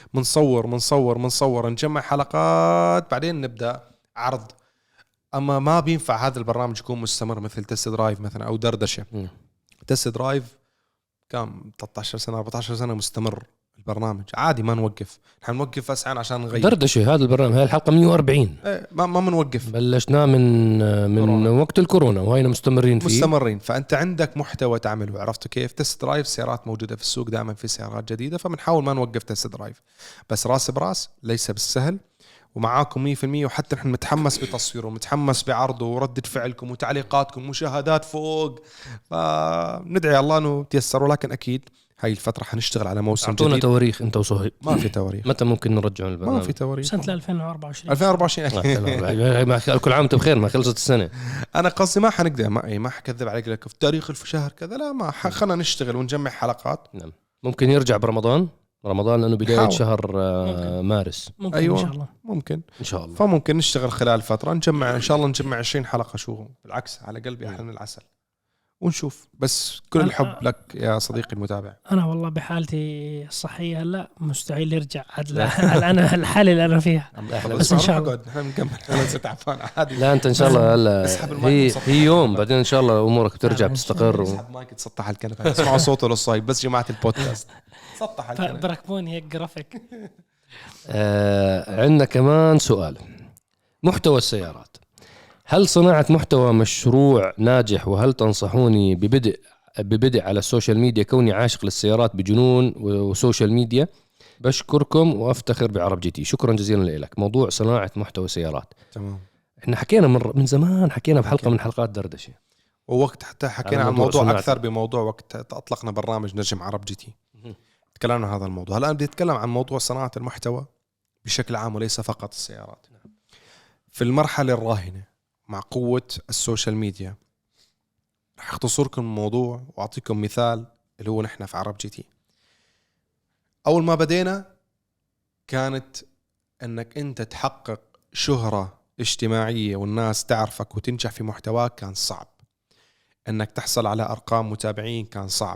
منصور نجمع حلقات، بعدين نبدأ عرض. أما ما بينفع هذا البرنامج يكون مستمر مثل تست درايف مثلا أو دردشة. تست درايف كم 13 سنة 14 سنة مستمر البرنامج، عادي ما نوقف. نحن نوقف أسعان عشان نغير. دردشة هذا البرنامج هاي الحلقة 140 ما منوقف، بلشنا من وقت الكورونا وهينا مستمرين فأنت عندك محتوى تعمله، عرفتوا كيف؟ تست درايف سيارات موجودة في السوق دائما، في سيارات جديدة، فبنحاول ما نوقف تست درايف. بس راس براس ليس بالسهل، ومعاكم 100%. وحتى نحن متحمس بتصويره ومتحمس بعرضه وردة فعلكم وتعليقاتكم ومشاهدات فوق، فندعي الله انه تيسر. ولكن اكيد هاي الفترة حنشتغل على موسم اعطونا جديد. تواريخ انت وصهيب. ما في تواريخ. متى ممكن نرجع ما البرنامج؟ في تواريخ. سنة 2024 2024 كل عام وانت بخير، ما خلصت السنه. انا قصدي ما حنقدر، ما حكذب عليك لك في تاريخ الشهر كذا، لا ما خلنا نشتغل ونجمع حلقات. نعم. ممكن يرجع برمضان لانه بدايه حاول. شهر ممكن. مارس ممكن أيوة. إن شاء الله. ممكن. ان شاء الله. فممكن نشتغل خلال فترة نجمع إن شاء الله نجمع 20 حلقة. شو بالعكس على قلبي أحلى من العسل، ونشوف. بس كل الحب لك يا صديقي المتابع. أنا والله بحالتي الصحية هلا مستحيل يرجع على أنا الحالة اللي أنا فيها. بس إن شاء الله. نحن بنكمل. أنا تعبان عادي. لا انت ان شاء الله هلا اسحب المايك هي يوم بعدين ان شاء الله امورك بترجع إن بتستقر اسحب مايك تسطح على الكنبة. اسمعوا صوته للصايب بس جماعة البودكاست. سطح على الكنبة. بركبوني هيك جرافيك. عندنا كمان سؤال. محتوى السيارات، هل صناعة محتوى مشروع ناجح؟ وهل تنصحوني ببدء على السوشيال ميديا كوني عاشق للسيارات بجنون وسوشيال ميديا؟ بشكركم وافتخر بعرب جي تي. شكرا جزيلا لك. موضوع صناعة محتوى سيارات، تمام. احنا حكينا من زمان، حكينا بحلقة من حلقات دردشة، ووقت حتى حكينا على عن موضوع الموضوع صناعة. أكثر بموضوع وقت أطلقنا برنامج نجم عرب جي تي. تكلمنا عن هذا الموضوع. الآن بدي أتكلم عن موضوع صناعة المحتوى بشكل عام وليس فقط السيارات. في المرحلة الراهنة مع قوة السوشيال ميديا رح أختصركم الموضوع وأعطيكم مثال اللي هو نحن في عرب جي تي. أول ما بدينا كانت أنك أنت تحقق شهرة اجتماعية والناس تعرفك وتنجح في محتواك كان صعب. أنك تحصل على أرقام متابعين كان صعب.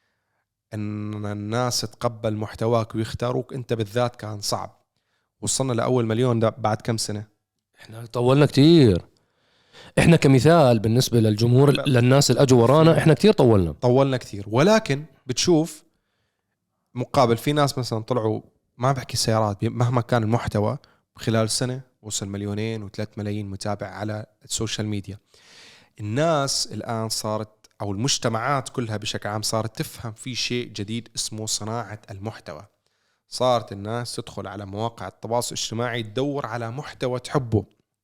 أن الناس تقبل محتواك ويختاروك أنت بالذات كان صعب. وصلنا لأول مليون ده بعد كم سنة؟ احنا طولنا كتير. احنا كمثال بالنسبة للجمهور للناس اللي اجوا ورانا احنا كتير طولنا كتير. ولكن بتشوف مقابل في ناس مثلا طلعوا، ما بحكي سيارات، مهما كان المحتوى خلال سنة وصل 2 و3 ملايين متابع على السوشيال ميديا. الناس الآن صارت أو المجتمعات كلها بشكل عام صارت تفهم في شيء جديد اسمه صناعة المحتوى. صارت الناس تدخل على مواقع التواصل الاجتماعي تدور على محتوى تحبه.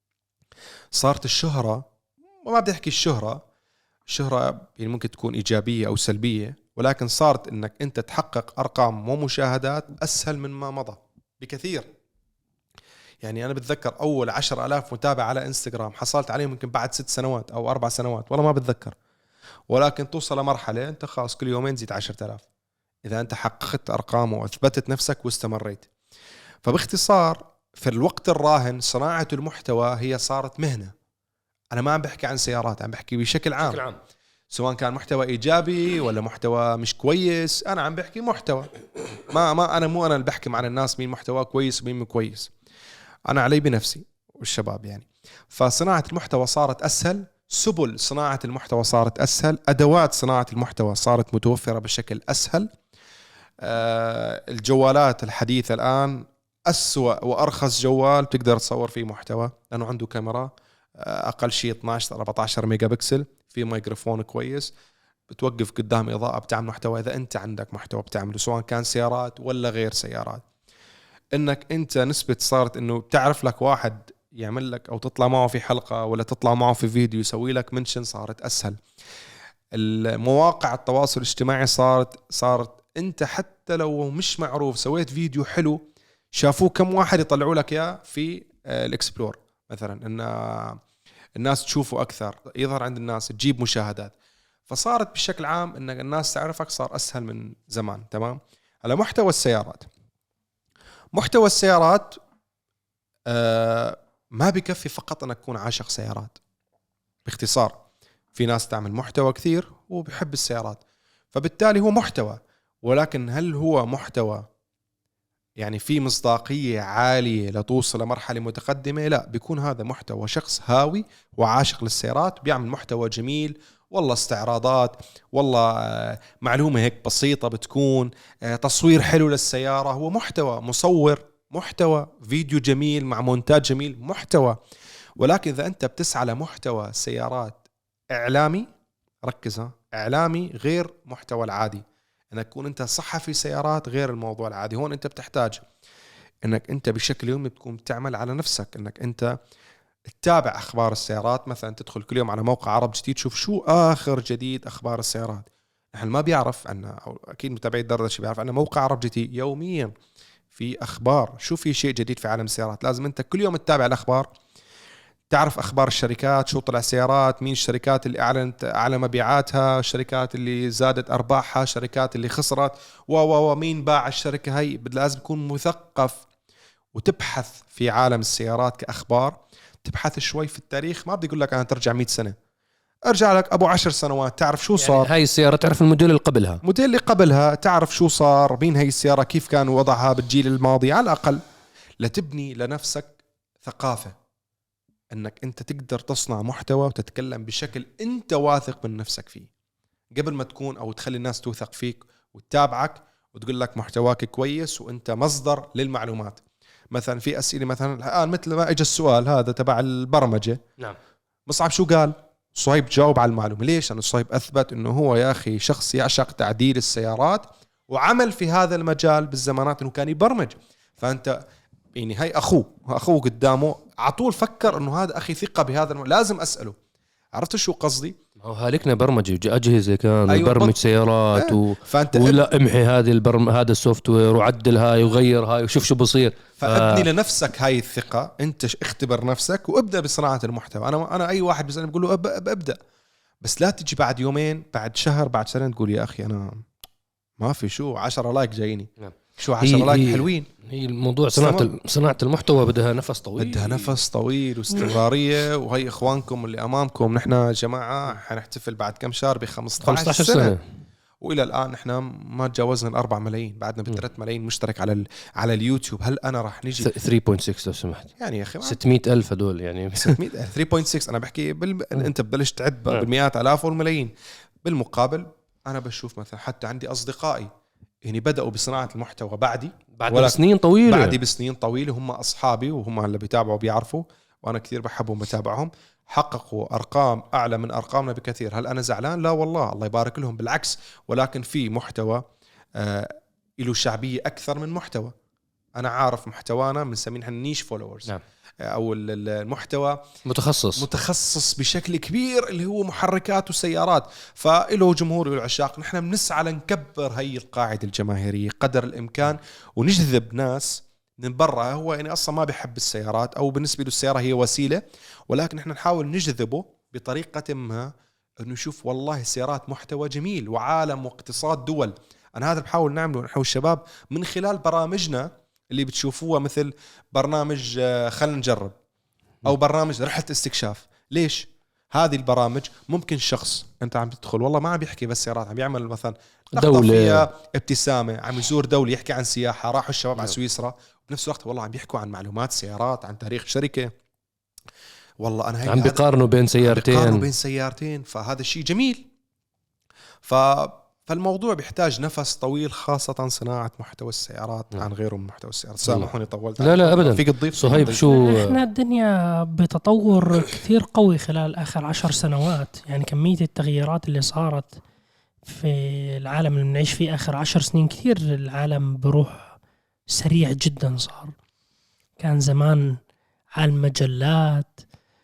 صارت الشهرة، وما بدي أحكي الشهرة يعني ممكن تكون إيجابية أو سلبية، ولكن صارت إنك أنت تحقق أرقام ومشاهدات أسهل من ما مضى بكثير. يعني أنا بتذكر أول 10,000 متابع على إنستغرام حصلت عليهم يمكن بعد 6 سنوات أو 4 سنوات، والله ما بتذكر. ولكن توصل لمرحلة أنت خلاص كل يومين زيد 10,000 إذا أنت حققت أرقام وأثبتت نفسك واستمريت. فباختصار في الوقت الراهن صناعة المحتوى هي صارت مهنة. أنا ما عم بحكي عن سيارات، عم بحكي بشكل عام. سواء كان محتوى إيجابي ولا محتوى مش كويس، أنا عم بحكي محتوى. أنا اللي بحكي عن الناس مين محتوى كويس ومين مو كويس. أنا علي بنفسي والشباب يعني. فصناعة المحتوى صارت أسهل، سبل صناعة المحتوى صارت أسهل، أدوات صناعة المحتوى صارت متوفرة بشكل أسهل. الجوالات الحديثة الآن أسوأ وأرخص جوال تقدر تصور فيه محتوى لأنه عنده كاميرا أقل شيء 12-14 ميجا بكسل، في ميكروفون كويس، بتوقف قدام إضاءة بتعمل محتوى. إذا أنت عندك محتوى بتعمله سواء كان سيارات ولا غير سيارات، إنك أنت نسبة صارت إنه بتعرف لك واحد يعمل لك أو تطلع معه في حلقة ولا تطلع معه في فيديو يسوي لك منشن صارت أسهل. المواقع التواصل الاجتماعي صارت أنت حتى لو مش معروف سويت فيديو حلو شافوه كم واحد يطلعوا لك إياه في الإكسبلور مثلا، إن الناس تشوفه أكثر، يظهر عند الناس، تجيب مشاهدات. فصارت بشكل عام إن الناس تعرفك صار أسهل من زمان. تمام. على محتوى السيارات ما بيكفي فقط أنك تكون عاشق سيارات. باختصار في ناس تعمل محتوى كثير وبيحب السيارات، فبالتالي هو محتوى. ولكن هل هو محتوى يعني في مصداقية عالية لتوصل لمرحلة متقدمة؟ لا، بيكون هذا محتوى شخص هاوي وعاشق للسيارات بيعمل محتوى جميل، والله استعراضات، والله معلومة هيك بسيطة بتكون، تصوير حلو للسيارة، هو محتوى، مصور محتوى، فيديو جميل مع مونتاج جميل، محتوى. ولكن إذا أنت بتسعى لمحتوى سيارات إعلامي، ركز، إعلامي غير محتوى العادي. انك تكون انت صحفي سيارات غير الموضوع العادي. هون انت بتحتاج انك انت بشكل يومي تكون تعمل على نفسك، انك انت تتابع اخبار السيارات. مثلا تدخل كل يوم على موقع عرب جديد تشوف شو اخر جديد اخبار السيارات، نحن ما بيعرف عنا، أو أكيد متابعي الدردشة بيعرف عنا موقع عرب جي تي يوميا في أخبار، شو في شيء جديد في عالم السيارات. لازم أنت كل يوم تتابع الأخبار، تعرف أخبار الشركات، شو طلع سيارات، مين الشركات اللي أعلنت أعلى مبيعاتها، الشركات اللي زادت أرباحها، الشركات اللي خسرت، ومين باع الشركة. هاي لازم تكون مثقف وتبحث في عالم السيارات كأخبار. تبحث شوي في التاريخ، ما بدي أقول لك أنا ترجع 100 سنة، أرجع لك أبو 10 سنوات، تعرف شو صار. يعني هاي السيارة تعرف الموديل اللي قبلها، الموديل اللي قبلها، تعرف شو صار، مين هاي السيارة، كيف كان وضعها بالجيل الماضي، على الأقل لتبني لنفسك ثقافة أنك أنت تقدر تصنع محتوى وتتكلم بشكل أنت واثق من نفسك فيه، قبل ما تكون أو تخلي الناس توثق فيك وتتابعك وتقول لك محتواك كويس وأنت مصدر للمعلومات. مثلا في أسئلة مثلا الآن مثل ما إجا السؤال هذا تبع البرمجة، نعم، مصعب شو قال؟ صهيب جاوب على المعلومة. ليش؟ أنا صهيب أثبت أنه هو يا أخي شخص يعشق تعديل السيارات وعمل في هذا المجال بالزمانات أنه كان يبرمج. فأنت يعني هاي أخوه قدامه على طول فكر أنه هذا أخي ثقة بهذا لازم أسأله. عرفت شو قصدي؟ ما هو هالكنا برمجة أجهزة كان أيوة يبرمج سيارات فأنت ولا امحي هذه هذا السوفت وير وعدل هاي وغير هاي وشوف شو بصير. فابني لنفسك هاي الثقة، أنت اختبر نفسك وابدأ بصناعة المحتوى. أنا أي واحد بيسألني بقول له ابدأ، بس لا تجي بعد يومين بعد شهر بعد سنة تقول يا أخي أنا ما في شو 10 لايك جاييني. نعم. شو 10 لايك حلوين. هي الموضوع صناعة المحتوى بدها نفس طويل، بدها نفس طويل واستمرارية. وهي إخوانكم اللي أمامكم، نحن جماعة حنحتفل بعد كم شهر ب 15 سنة. وإلى الآن نحن ما تجاوزنا 4 ملايين، بعدنا ب 3 ملايين مشترك على اليوتيوب. هل أنا راح نجي 3.6 لو سمحت؟ يعني يا أخي 600,000 هدول يعني 3.6. أنا بحكي أنت ببلش تعد بالمئات آلاف والملايين. بالمقابل أنا بشوف مثلا حتى عندي أصدقائي يعني بدأوا بصناعة المحتوى بعد سنين طويلة، بعدي بسنين طويلة، هم أصحابي وهم اللي بيتابعوا بيعرفوا، وأنا كثير بحبهم بتابعهم. حققوا أرقام أعلى من أرقامنا بكثير. هل أنا زعلان؟ لا والله، الله يبارك لهم، بالعكس. ولكن في محتوى له شعبية أكثر من محتوى. أنا عارف محتوانا بنسميه نحن نيش فولورز. نعم. أو المحتوى متخصص بشكل كبير اللي هو محركات وسيارات، فإله جمهور وله عشاق. نحن بنسعى لنكبر هي القاعدة الجماهيرية قدر الإمكان ونجذب ناس من برا. هو يعني أصلا ما بيحب السيارات، أو بالنسبة له السيارة هي وسيلة، ولكن نحن نحاول نجذبه بطريقة ما أنه يشوف والله السيارات محتوى جميل وعالم واقتصاد دول. أنا هذا بحاول نعمله نحن والشباب من خلال برامجنا اللي بتشوفوها، مثل برنامج خلينا نجرب، أو برنامج رحلة استكشاف. ليش؟ هذه البرامج ممكن شخص أنت عم تدخل والله ما عم يحكي بس سيارات، عم يعمل مثلا دولة ابتسامة، عم يزور دولة، يحكي عن سياحة، راحوا الشباب على سويسرا، وبنفس الوقت والله عم يحكوا عن معلومات سيارات، عن تاريخ شركة. والله أنا عم بيقارنوا بين سيارتين، فهذا الشيء جميل. فالموضوع بيحتاج نفس طويل، خاصة صناعة محتوى السيارات عن غيره من محتوى السيارات. سامحوني طولت. لا أبدا. فيك تضيف صهيب شو؟ احنا الدنيا بتطور كثير قوي خلال آخر 10 سنوات. يعني كمية التغييرات اللي صارت في العالم اللي بنعيش فيه آخر 10 سنين كثير. العالم بروح سريع جدا صار. كان زمان على المجلات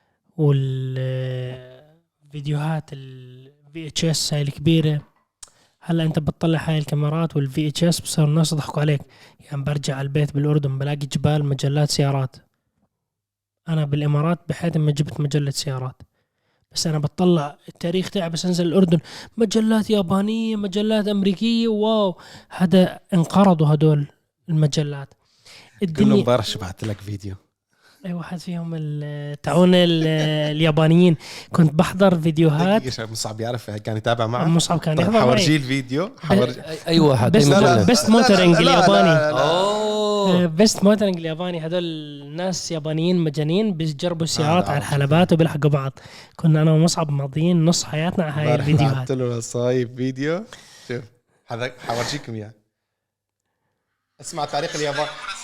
والفيديوهات VHS هاي الكبيرة. هلا انت بتطلع هاي الكاميرات والVHS بصير الناس يضحكوا عليك. يعني برجع على البيت بالاردن بلاقي جبال مجلات سيارات. انا بالامارات بحياتي ما جبت مجلة سيارات، بس انا بتطلع التاريخ تاعي بس انزل الاردن مجلات يابانية، مجلات امريكية. واو، هذا انقرضوا هدول المجلات. كلهم برش بعت لك فيديو. اي واحد فيهم تعون اليابانيين. كنت بحضر فيديوهات. مصعب يعرف كان يتابع معه. مصعب كان يحضر معي. حورجي الفيديو. اي واحد. بست موتورنج الياباني. بست موتورنج الياباني. هذول الناس يابانيين مجانين بيجربوا السيارات على الحلبات وبيلحقوا بعض. كنا انا ومصعب ماضيين نص حياتنا على هاي الفيديوهات. بعت له صايب فيديو. شوف هذا حورجيكم اياه. اسمع تاريخ اليابان.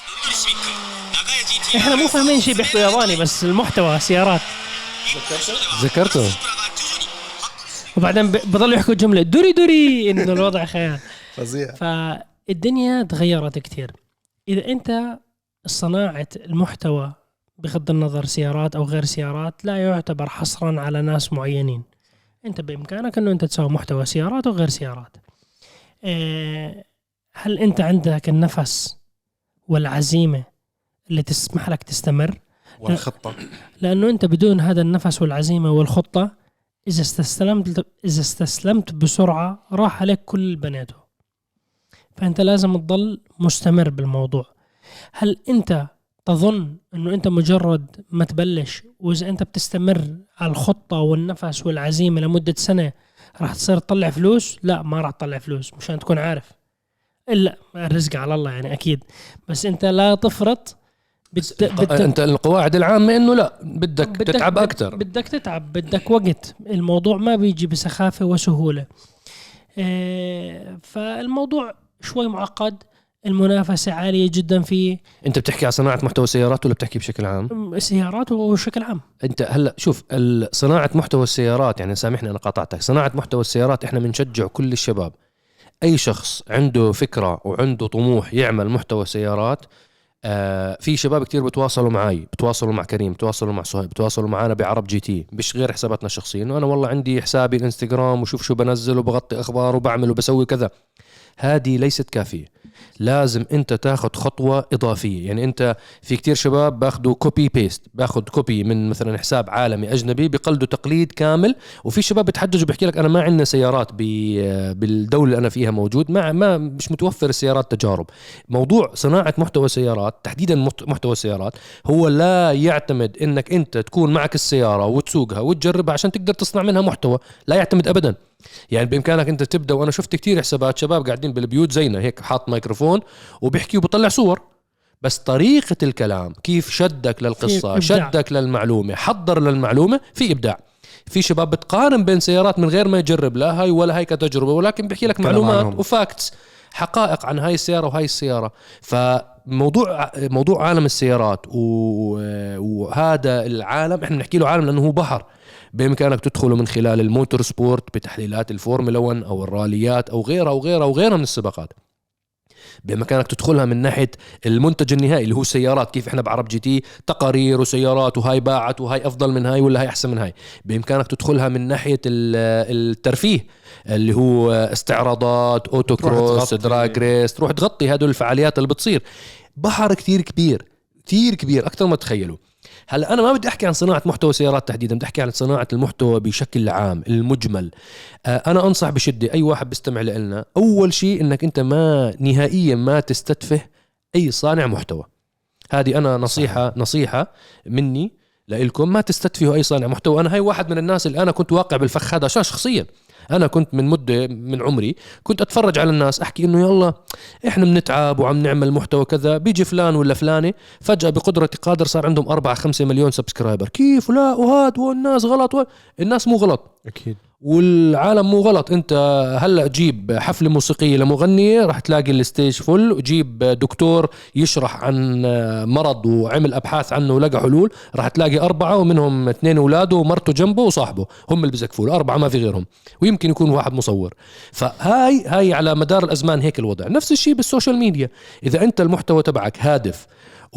احنا مو فاهمين شيء بيحكوا ياباني، بس المحتوى سيارات ذكرته. وبعدين بضلوا يحكوا جملة دوري انه الوضع خيال فظيع. فالدنيا تغيرت كتير. اذا انت صناعة المحتوى بغض النظر سيارات او غير سيارات لا يعتبر حصرا على ناس معينين. انت بامكانك انه انت تسوي محتوى سيارات وغير سيارات. هل انت عندك النفس والعزيمة اللي تسمح لك تستمر؟ والخطة. لانه انت بدون هذا النفس والعزيمة والخطة، اذا استسلمت بسرعة راح عليك كل بناته. فانت لازم تضل مستمر بالموضوع. هل انت تظن انه انت مجرد ما تبلش واذا انت بتستمر على الخطة والنفس والعزيمة لمدة سنة راح تصير تطلع فلوس؟ لا، ما راح تطلع فلوس، مشان تكون عارف. الا الرزق على الله يعني اكيد، بس انت لا تفرط. انت القواعد العامة انه لا، بدك تتعب اكتر، بدك تتعب، بدك وقت. الموضوع ما بيجي بسخافة وسهولة. فالموضوع شوي معقد، المنافسة عالية جدا فيه. انت بتحكي على صناعة محتوى سيارات ولا بتحكي بشكل عام؟ سيارات وبشكل عام. انت هلا شوف صناعة محتوى السيارات، يعني سامحني انا قاطعتك، صناعة محتوى السيارات احنا بنشجع كل الشباب، اي شخص عنده فكرة وعنده طموح يعمل محتوى سيارات. في شباب كتير بتواصلوا معي، بتواصلوا مع كريم، بتواصلوا مع صهيب، بتواصلوا معنا بعرب جي تي، مش غير حساباتنا الشخصية، انه انا والله عندي حسابي الانستغرام وشوف شو بنزل وبغطي اخبار وبعمل وبسوي كذا. هذه ليست كافية، لازم انت تاخد خطوة اضافية. يعني انت في كتير شباب باخدوا كوبي بيست، باخد كوبي من مثلا حساب عالمي اجنبي بقلدوا تقليد كامل. وفي شباب بتحجج وبحكي لك انا ما عندنا سيارات بالدولة اللي انا فيها موجود، ما مش متوفر السيارات تجارب. موضوع صناعة محتوى سيارات تحديدا محتوى السيارات هو لا يعتمد انك انت تكون معك السيارة وتسوقها وتجربها عشان تقدر تصنع منها محتوى، لا يعتمد ابدا. يعني بامكانك انت تبدا، وانا شفت كتير حسابات شباب قاعدين بالبيوت زينا هيك حاط ميكروفون وبيحكي وبطلع صور، بس طريقة الكلام كيف شدك للقصة، شدك للمعلومة، حضر للمعلومة، في إبداع. في شباب بتقارن بين سيارات من غير ما يجرب لا هاي ولا هاي كتجربة، ولكن بيحكي لك معلومات عنهم وفاكتس، حقائق عن هاي السيارة وهاي السيارة. موضوع عالم السيارات وهذا العالم احنا بنحكي له عالم لأنه هو بحر، بإمكانك تدخله من خلال الموتور سبورت بتحليلات الفورمولا 1 أو الراليات أو غيرها من السباقات. بإمكانك تدخلها من ناحية المنتج النهائي اللي هو السيارات، كيف احنا بعرب جي تي تقارير وسيارات وهاي باعت وهاي أفضل من هاي ولا هاي أحسن من هاي. بإمكانك تدخلها من ناحية الترفيه اللي هو استعراضات أوتو كروس دراج ريس، تروح تغطي هدول الفعاليات اللي بتصير. بحر كتير كبير أكتر ما تخيلوا. هلا أنا ما بدي أحكي عن صناعة محتوى سيارات تحديدا، بدي أحكي عن صناعة المحتوى بشكل عام المجمل. أنا أنصح بشدة أي واحد بيستمع لنا، أول شيء إنك أنت نهائيا ما تستتفه أي صانع محتوى. هذه أنا نصيحة مني لإلكم، ما تستتفهوا أي صانع محتوى. أنا هاي واحد من الناس اللي أنا كنت واقع بالفخ هذا عشان شخصيا أنا كنت من مدة من عمري كنت أتفرج على الناس أحكي إنه يلا إحنا بنتعب وعم نعمل محتوى كذا، بيجي فلان ولا فلانة فجأة بقدرة قادر صار عندهم 4-5 مليون سبسكرايبر. كيف لا وهاد والناس غلط الناس مو غلط أكيد، والعالم مو غلط. انت هلأ جيب حفلة موسيقية لمغنية راح تلاقي الستيج فل، وجيب دكتور يشرح عن مرض وعمل أبحاث عنه ولقى حلول راح تلاقي 4 ومنهم 2 أولاده ومرته جنبه وصاحبه هم اللي بزكفوا 4 ما في غيرهم، ويمكن يكون واحد مصور. فهاي على مدار الأزمان هيك الوضع. نفس الشيء بالسوشيال ميديا، إذا أنت المحتوى تبعك هادف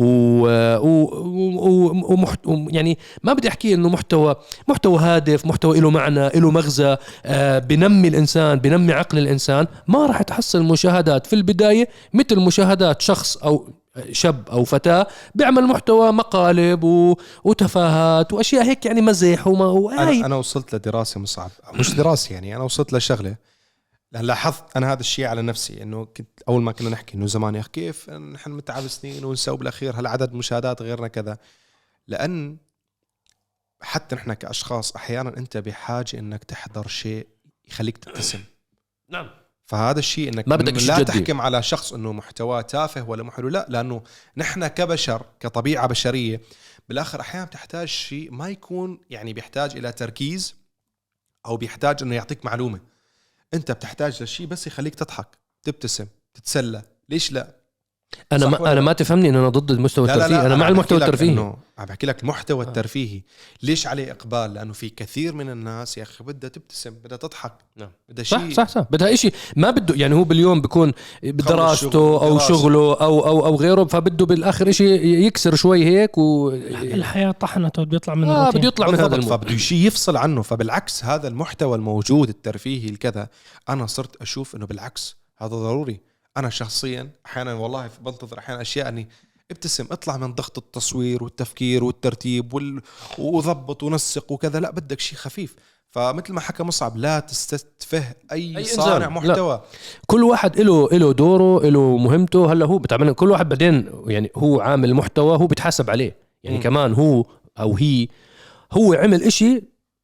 يعني ما بدي احكي انه محتوى هادف، محتوى له معنى له مغزى، بنمي الانسان بنمي عقل الانسان، ما راح تحصل مشاهدات في البدايه مثل مشاهدات شخص او شاب او فتاه بيعمل محتوى مقالب وتفاهات واشياء هيك يعني مزح انا وصلت لدراسه مصعب، مش دراسه يعني، انا وصلت لشغله لأن لاحظت أنا هذا الشيء على نفسي، إنه كنت أول ما كنا نحكي إنه زمان يا أخي كيف نحن متعب سنين ونسوي بالأخير هالعدد مشاهدات غيرنا كذا، لأن حتى نحن كأشخاص أحيانا أنت بحاجة إنك تحضر شيء يخليك تبتسم. نعم. فهذا الشيء إنك ما بدك لا تحكم على شخص إنه محتوى تافه ولا محلو، لا، لأنه نحن كبشر كطبيعة بشرية بالآخر أحيانا بتحتاج شيء ما يكون يعني بيحتاج إلى تركيز أو بيحتاج إنه يعطيك معلومة. انت بتحتاج لشيء بس يخليك تضحك تبتسم تتسلى، ليش لا؟ انا ما تفهمني ان انا ضد المستوى الترفيهي. انا مع المحتوى الترفيهي. عم بحكي لك المحتوى الترفيهي ليش عليه اقبال؟ لانه في كثير من الناس يا اخي بدها تبتسم، بدها تضحك، نعم. بدها شيء صح بدها إشي ما بده، يعني هو باليوم بيكون بدراسته او شغله او غيره، فبده بالاخر إشي يكسر شوي هيك الحياه طحنته بده يطلع من الروتين، بده يطلع من هذا المود، فبده شيء يفصل عنه. فبالعكس هذا المحتوى الموجود الترفيهي الكذا انا صرت اشوف انه بالعكس هذا ضروري. انا شخصيا احيانا والله بنتظر احيانا اشياء اني ابتسم، اطلع من ضغط التصوير والتفكير والترتيب وضبط ونسق وكذا، لا بدك شيء خفيف. فمثل ما حكى مصعب لا تستفه أي صانع محتوى. لا. كل واحد له دوره، له مهمته. هلا هو بتعمل كل واحد بعدين، يعني هو عامل محتوى هو بيتحاسب عليه يعني كمان هو أو هو عمل إشي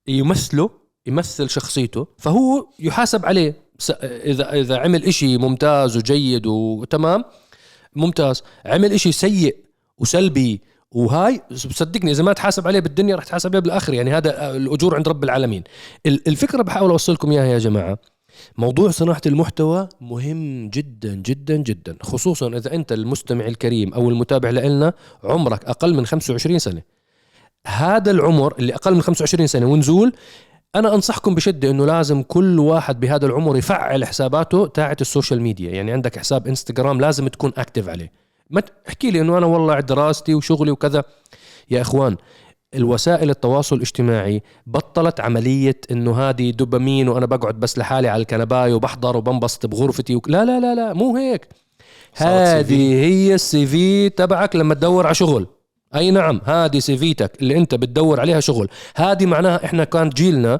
يمثل شخصيته، فهو يحاسب عليه. إذا عمل إشي ممتاز وجيد وتمام ممتاز، عمل إشي سيء وسلبي وهاي صدقني إذا ما تحاسب عليه بالدنيا رح تحاسب عليه بالآخر. يعني هذا الأجور عند رب العالمين. الفكرة بحاول أوصلكم إياها يا جماعة، موضوع صناعة المحتوى مهم جدا جدا جدا، خصوصا إذا أنت المستمع الكريم أو المتابع لنا عمرك أقل من 25 سنة. هذا العمر اللي أقل من 25 سنة ونزول، أنا أنصحكم بشدة إنه لازم كل واحد بهذا العمر يفعل حساباته تاعت السوشيال ميديا. يعني عندك حساب إنستغرام لازم تكون أكتف عليه. ما تحكي لي إنه أنا والله دراستي وشغلي وكذا. يا إخوان الوسائل التواصل الاجتماعي بطلت عملية إنه هذه دوبامين وأنا بقعد بس لحالي على الكنباية وبحضر وبنبسط بغرفتي لا لا لا لا، مو هيك. هذه هي السي في تبعك لما تدور على شغل. أي نعم، هذه سيفيتك اللي أنت بتدور عليها شغل. هذه معناها إحنا كانت جيلنا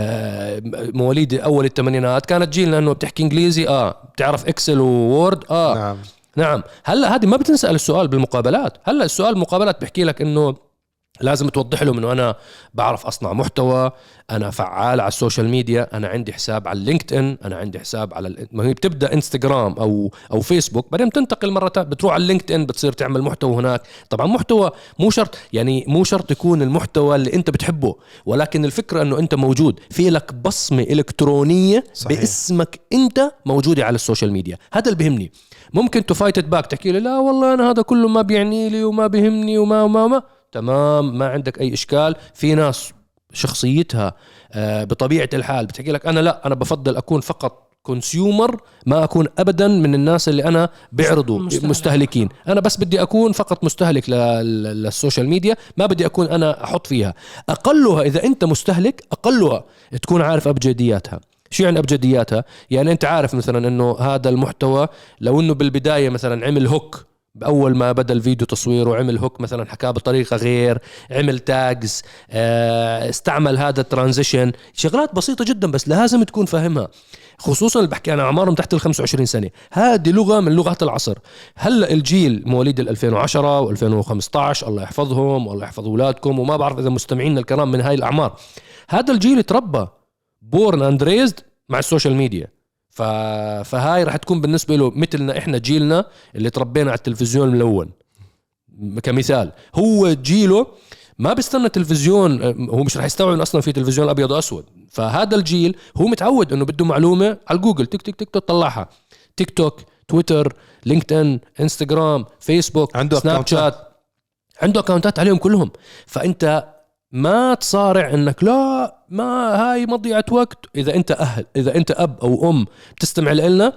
مواليد أول الثمانينات كانت جيلنا إنه بتحكي إنجليزي بتعرف إكسل ووورد نعم. هلا هذه ما بتنسأل السؤال بالمقابلات. هلا السؤال بالمقابلات بحكي لك إنه لازم توضح لهم إنه أنا بعرف أصنع محتوى، أنا فعال على السوشيال ميديا، أنا عندي حساب على اللينكد إن، أنا عندي حساب على ما هي بتبدأ إنستغرام أو فيسبوك، بعدين بتنتقل مرة بتروح على اللينكد إن بتصير تعمل محتوى هناك. طبعا محتوى مو شرط، يعني مو شرط يكون المحتوى اللي أنت بتحبه، ولكن الفكرة إنه أنت موجود في لك بصمة إلكترونية صحيح. باسمك أنت موجودة على السوشيال ميديا. هذا اللي بيهمني. ممكن تفايتت باك تحكي لي لا والله أنا هذا كله ما بيعني لي وما بيهمني وما تمام، ما عندك أي إشكال. في ناس شخصيتها بطبيعة الحال بتحكي لك أنا لا، أنا بفضل أكون فقط كونسيومر، ما أكون أبدا من الناس اللي أنا بيعرضوا مستهلكين. أنا بس بدي أكون فقط مستهلك للسوشيال ميديا، ما بدي أكون أنا أحط فيها. أقلها إذا أنت مستهلك، أقلها تكون عارف أبجدياتها. شو يعني أبجدياتها؟ يعني أنت عارف مثلا أنه هذا المحتوى لو أنه بالبداية مثلا عمل هوك، بأول ما بدأ الفيديو تصويره عمل هوك مثلا، حكاه بطريقة غير، عمل تاجز، استعمل هذا الترانزيشن، شغلات بسيطة جدا بس لازم تكون فاهمها. خصوصا اللي بحكي أنا أعمارهم تحت 25 سنة، هذه لغة من لغات العصر. هلأ الجيل مواليد 2010 و2015 الله يحفظهم والله يحفظ أولادكم، وما بعرف إذا مستمعين الكرام من هاي الأعمار، هذا الجيل تربى بورن اند ريزد مع السوشيال ميديا. فهاي رح تكون بالنسبة له مثلنا إحنا جيلنا اللي تربينا على التلفزيون الملون كمثال. هو جيله ما بيستنى تلفزيون، هو مش رح يستوعب أصلا في تلفزيون أبيض وأسود. فهذا الجيل هو متعود إنه بده معلومة على جوجل تك تك تك تطلعها، تيك توك، تويتر، لينكد إن، إنستغرام، فيسبوك، عنده سناب شات، عنده أكاونتات عليهم كلهم. فأنت ما تصارع انك لا ما هاي مضيعة وقت. اذا انت اب او ام بتستمع لنا،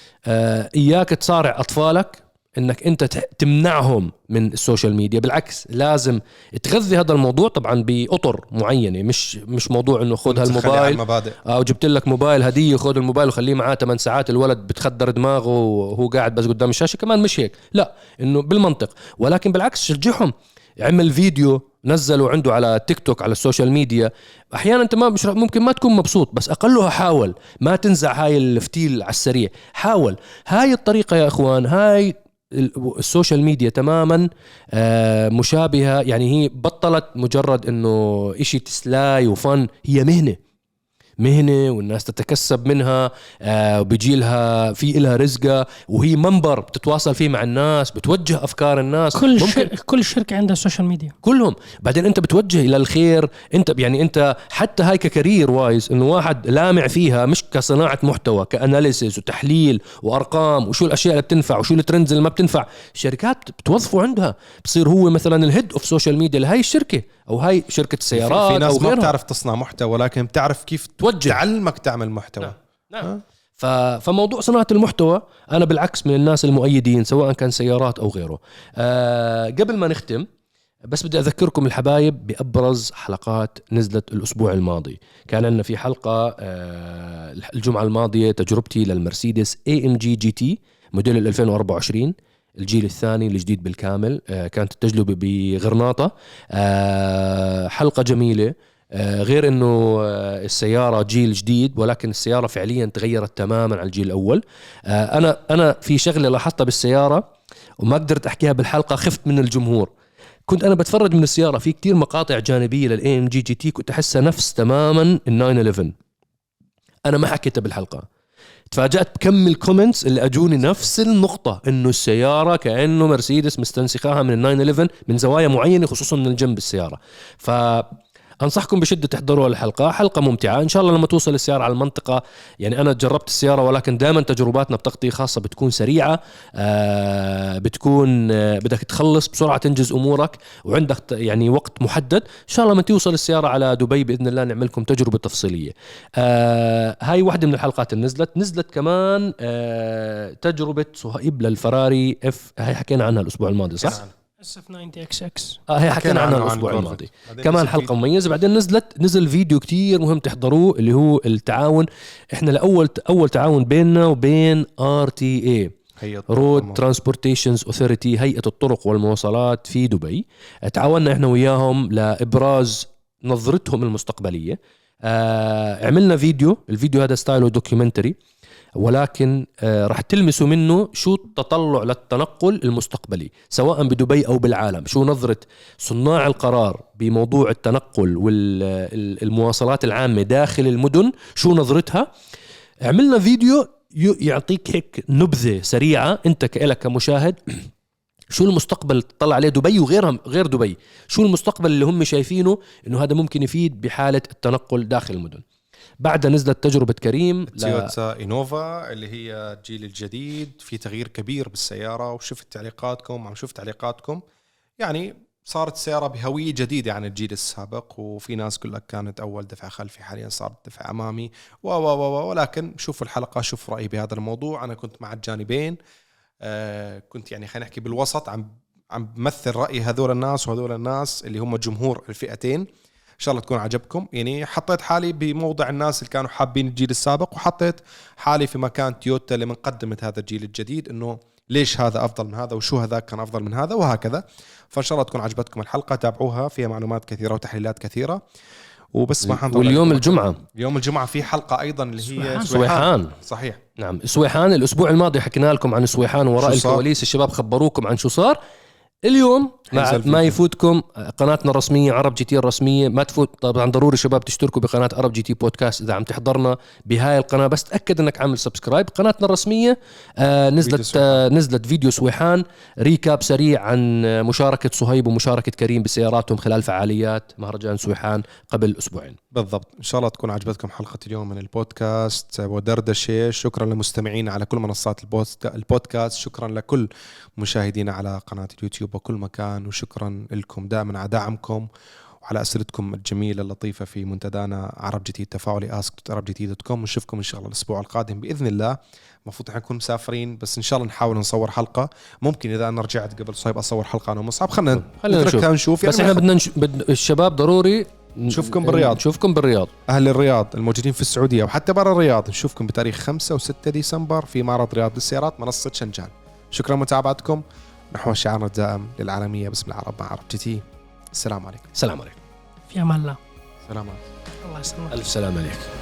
اياك تصارع اطفالك انك انت تمنعهم من السوشيال ميديا. بالعكس لازم تغذي هذا الموضوع طبعا بأطر معينة، مش موضوع انه خذ هالموبايل او جبت لك موبايل هدية خذ الموبايل وخليه معاه 8 ساعات، الولد بتخدر دماغه وهو قاعد بس قدام الشاشة. كمان مش هيك، لا انه بالمنطق، ولكن بالعكس شجعهم. عمل فيديو نزله عنده على تيك توك على السوشيال ميديا، احيانا انت مش ممكن ما تكون مبسوط، بس اقلها حاول ما تنزع هاي الفتيل على السريع. حاول هاي الطريقة يا اخوان. هاي السوشيال ميديا تماما مشابهة، يعني هي بطلت مجرد انه اشي تسلاي وفن، هي مهنة. مهنة والناس تتكسب منها، وبيجي لها في إلها رزقة، وهي منبر بتتواصل فيه مع الناس، بتوجه أفكار الناس. كل شركة عندها سوشيال ميديا كلهم. بعدين أنت بتوجه إلى الخير، أنت يعني أنت حتى هاي ككارير وايز إنه واحد لامع فيها، مش كصناعة محتوى، كأناليسيس وتحليل وأرقام وشو الأشياء اللي بتنفع وشو الترندز اللي ما بتنفع. الشركات بتوظفوا عندها، بصير هو مثلا الهيد اوف سوشيال ميديا لهي الشركة أو هاي شركة السيارات. في ناس أو ما غيرها بتعرف تصنع محتوى، ولكن بتعرف كيف توجه، تعلمك تعمل محتوى. نعم. فموضوع صناعة المحتوى أنا بالعكس من الناس المؤيدين، سواء كان سيارات أو غيره. قبل ما نختم بس بدي أذكركم الحبايب بأبرز حلقات نزلت الأسبوع الماضي. كان عندنا في حلقة الجمعة الماضية تجربتي للمرسيدس AMG GT موديل 2024 الجيل الثاني الجديد بالكامل. كانت التجربة بغرناطة. حلقة جميلة، غير انه السيارة جيل جديد، ولكن السيارة فعليا تغيرت تماما على الجيل الاول. انا في شغلة لاحظتها بالسيارة وما قدرت احكيها بالحلقة، خفت من الجمهور. كنت انا بتفرج من السيارة في كتير مقاطع جانبية للAMG GT كنت احسها نفس تماما ال911. انا ما حكيتها بالحلقة، تفاجأت بكم الكومنتس اللي اجوني نفس النقطة، انه السيارة كأنه مرسيدس مستنسخاها من ال911 من زوايا معينة، خصوصا من الجنب السيارة. أنصحكم بشدة تحضروا الحلقة، حلقة ممتعة إن شاء الله. لما توصل السيارة على المنطقة، يعني أنا جربت السيارة، ولكن دائما تجرباتنا بتغطية خاصة بتكون سريعة، بتكون بدك تخلص بسرعة تنجز أمورك وعندك يعني وقت محدد. إن شاء الله لما توصل السيارة على دبي بإذن الله نعملكم تجربة تفصيلية. هاي واحدة من الحلقات اللي نزلت كمان تجربة صهيب للفراري هاي حكينا عنها الأسبوع الماضي صح؟ SF90XX. هي حكينا عنها الأسبوع الماضي كمان حلقة مميزة. بعدين نزل فيديو كتير مهم تحضروه اللي هو التعاون. احنا لأول تعاون بيننا وبين RTA Road Transportation Authority، هيئة الطرق والمواصلات في دبي. تعاوننا احنا وياهم لإبراز نظرتهم المستقبلية. عملنا الفيديو هذا ستايله دوكيومنتري، ولكن راح تلمسوا منه شو التطلع للتنقل المستقبلي سواء بدبي أو بالعالم، شو نظرة صناع القرار بموضوع التنقل والمواصلات العامة داخل المدن، شو نظرتها. عملنا فيديو يعطيك هيك نبذة سريعة أنت كإلك كمشاهد شو المستقبل تطلع عليه دبي وغيرها غير دبي، شو المستقبل اللي هم شايفينه إنه هذا ممكن يفيد بحالة التنقل داخل المدن. بعدها نزلت تجربة كريم تويوتا إنوفا اللي هي الجيل الجديد، في تغيير كبير بالسيارة، وشفت تعليقاتكم يعني صارت السيارة بهوية جديدة عن الجيل السابق. وفي ناس كلها كانت أول دفع خلفي، حاليا صارت دفع أمامي ولكن شوفوا الحلقة، شوفوا رأيي بهذا الموضوع. أنا كنت مع الجانبين، كنت يعني خلينا نحكي بالوسط، عم بمثل رأي هذول الناس وهذول الناس اللي هم جمهور الفئتين. إن شاء الله تكون عجبكم. يعني حطيت حالي بموضع الناس اللي كانوا حابين الجيل السابق، وحطيت حالي في مكان تويوتا اللي من قدمة هذا الجيل الجديد، إنه ليش هذا أفضل من هذا وشو هذا كان أفضل من هذا وهكذا. فإن شاء الله تكون عجبتكم الحلقة، تابعوها فيها معلومات كثيرة وتحليلات كثيرة. وبس ما واليوم الجمعة في حلقة أيضا اللي هي سويحان. صحيح، نعم سويحان. الأسبوع الماضي حكينا لكم عن سويحان وراء الكواليس، الشباب خبروكم عن شو صار. اليوم ما يفوتكم قناتنا الرسمية عرب جي تي الرسمية، ما تفوت. طبعا ضروري شباب تشتركوا بقناة عرب جي تي بودكاست إذا عم تحضرنا بهاي القناة، بس تأكد أنك عامل سبسكرايب. قناتنا الرسمية نزلت فيديو سويحان، ريكاب سريع عن مشاركة صهيب ومشاركة كريم بسياراتهم خلال فعاليات مهرجان سويحان قبل أسبوعين. بالضبط. إن شاء الله تكون عجبتكم حلقة اليوم من البودكاست ودردشة. شكرا للمستمعين على كل منصات البودكاست، شكرا لكل مشاهدينا على قناة اليوتيوب وكل مكان، وشكرا لكم دائما على دعمكم وعلى أسئلتكم الجميلة اللطيفة في منتدانا عرب جديد التفاعلي ask.arabjtid.com. ونشوفكم إن شاء الله الأسبوع القادم بإذن الله. مفروض نكون مسافرين، بس إن شاء الله نحاول نصور حلقة. ممكن إذا أنا رجعت قبل صهيب أصور حلقة أنا ومصعب. خلنا نشوف. بس إحنا بدنا الشباب ضروري نشوفكم بالرياض. أهل الرياض الموجودين في السعودية وحتى برا الرياض نشوفكم بتاريخ 5 و6 ديسمبر في معرض رياض للسيارات منصة شنجان. شكرا متابعتكم. نحو شعارنا الدائم للعالمية باسم العرب مع عرب جي تي. السلام عليكم. السلام عليكم. في أمان الله. سلام عليكم. الله يسلمك. ألف سلام عليك.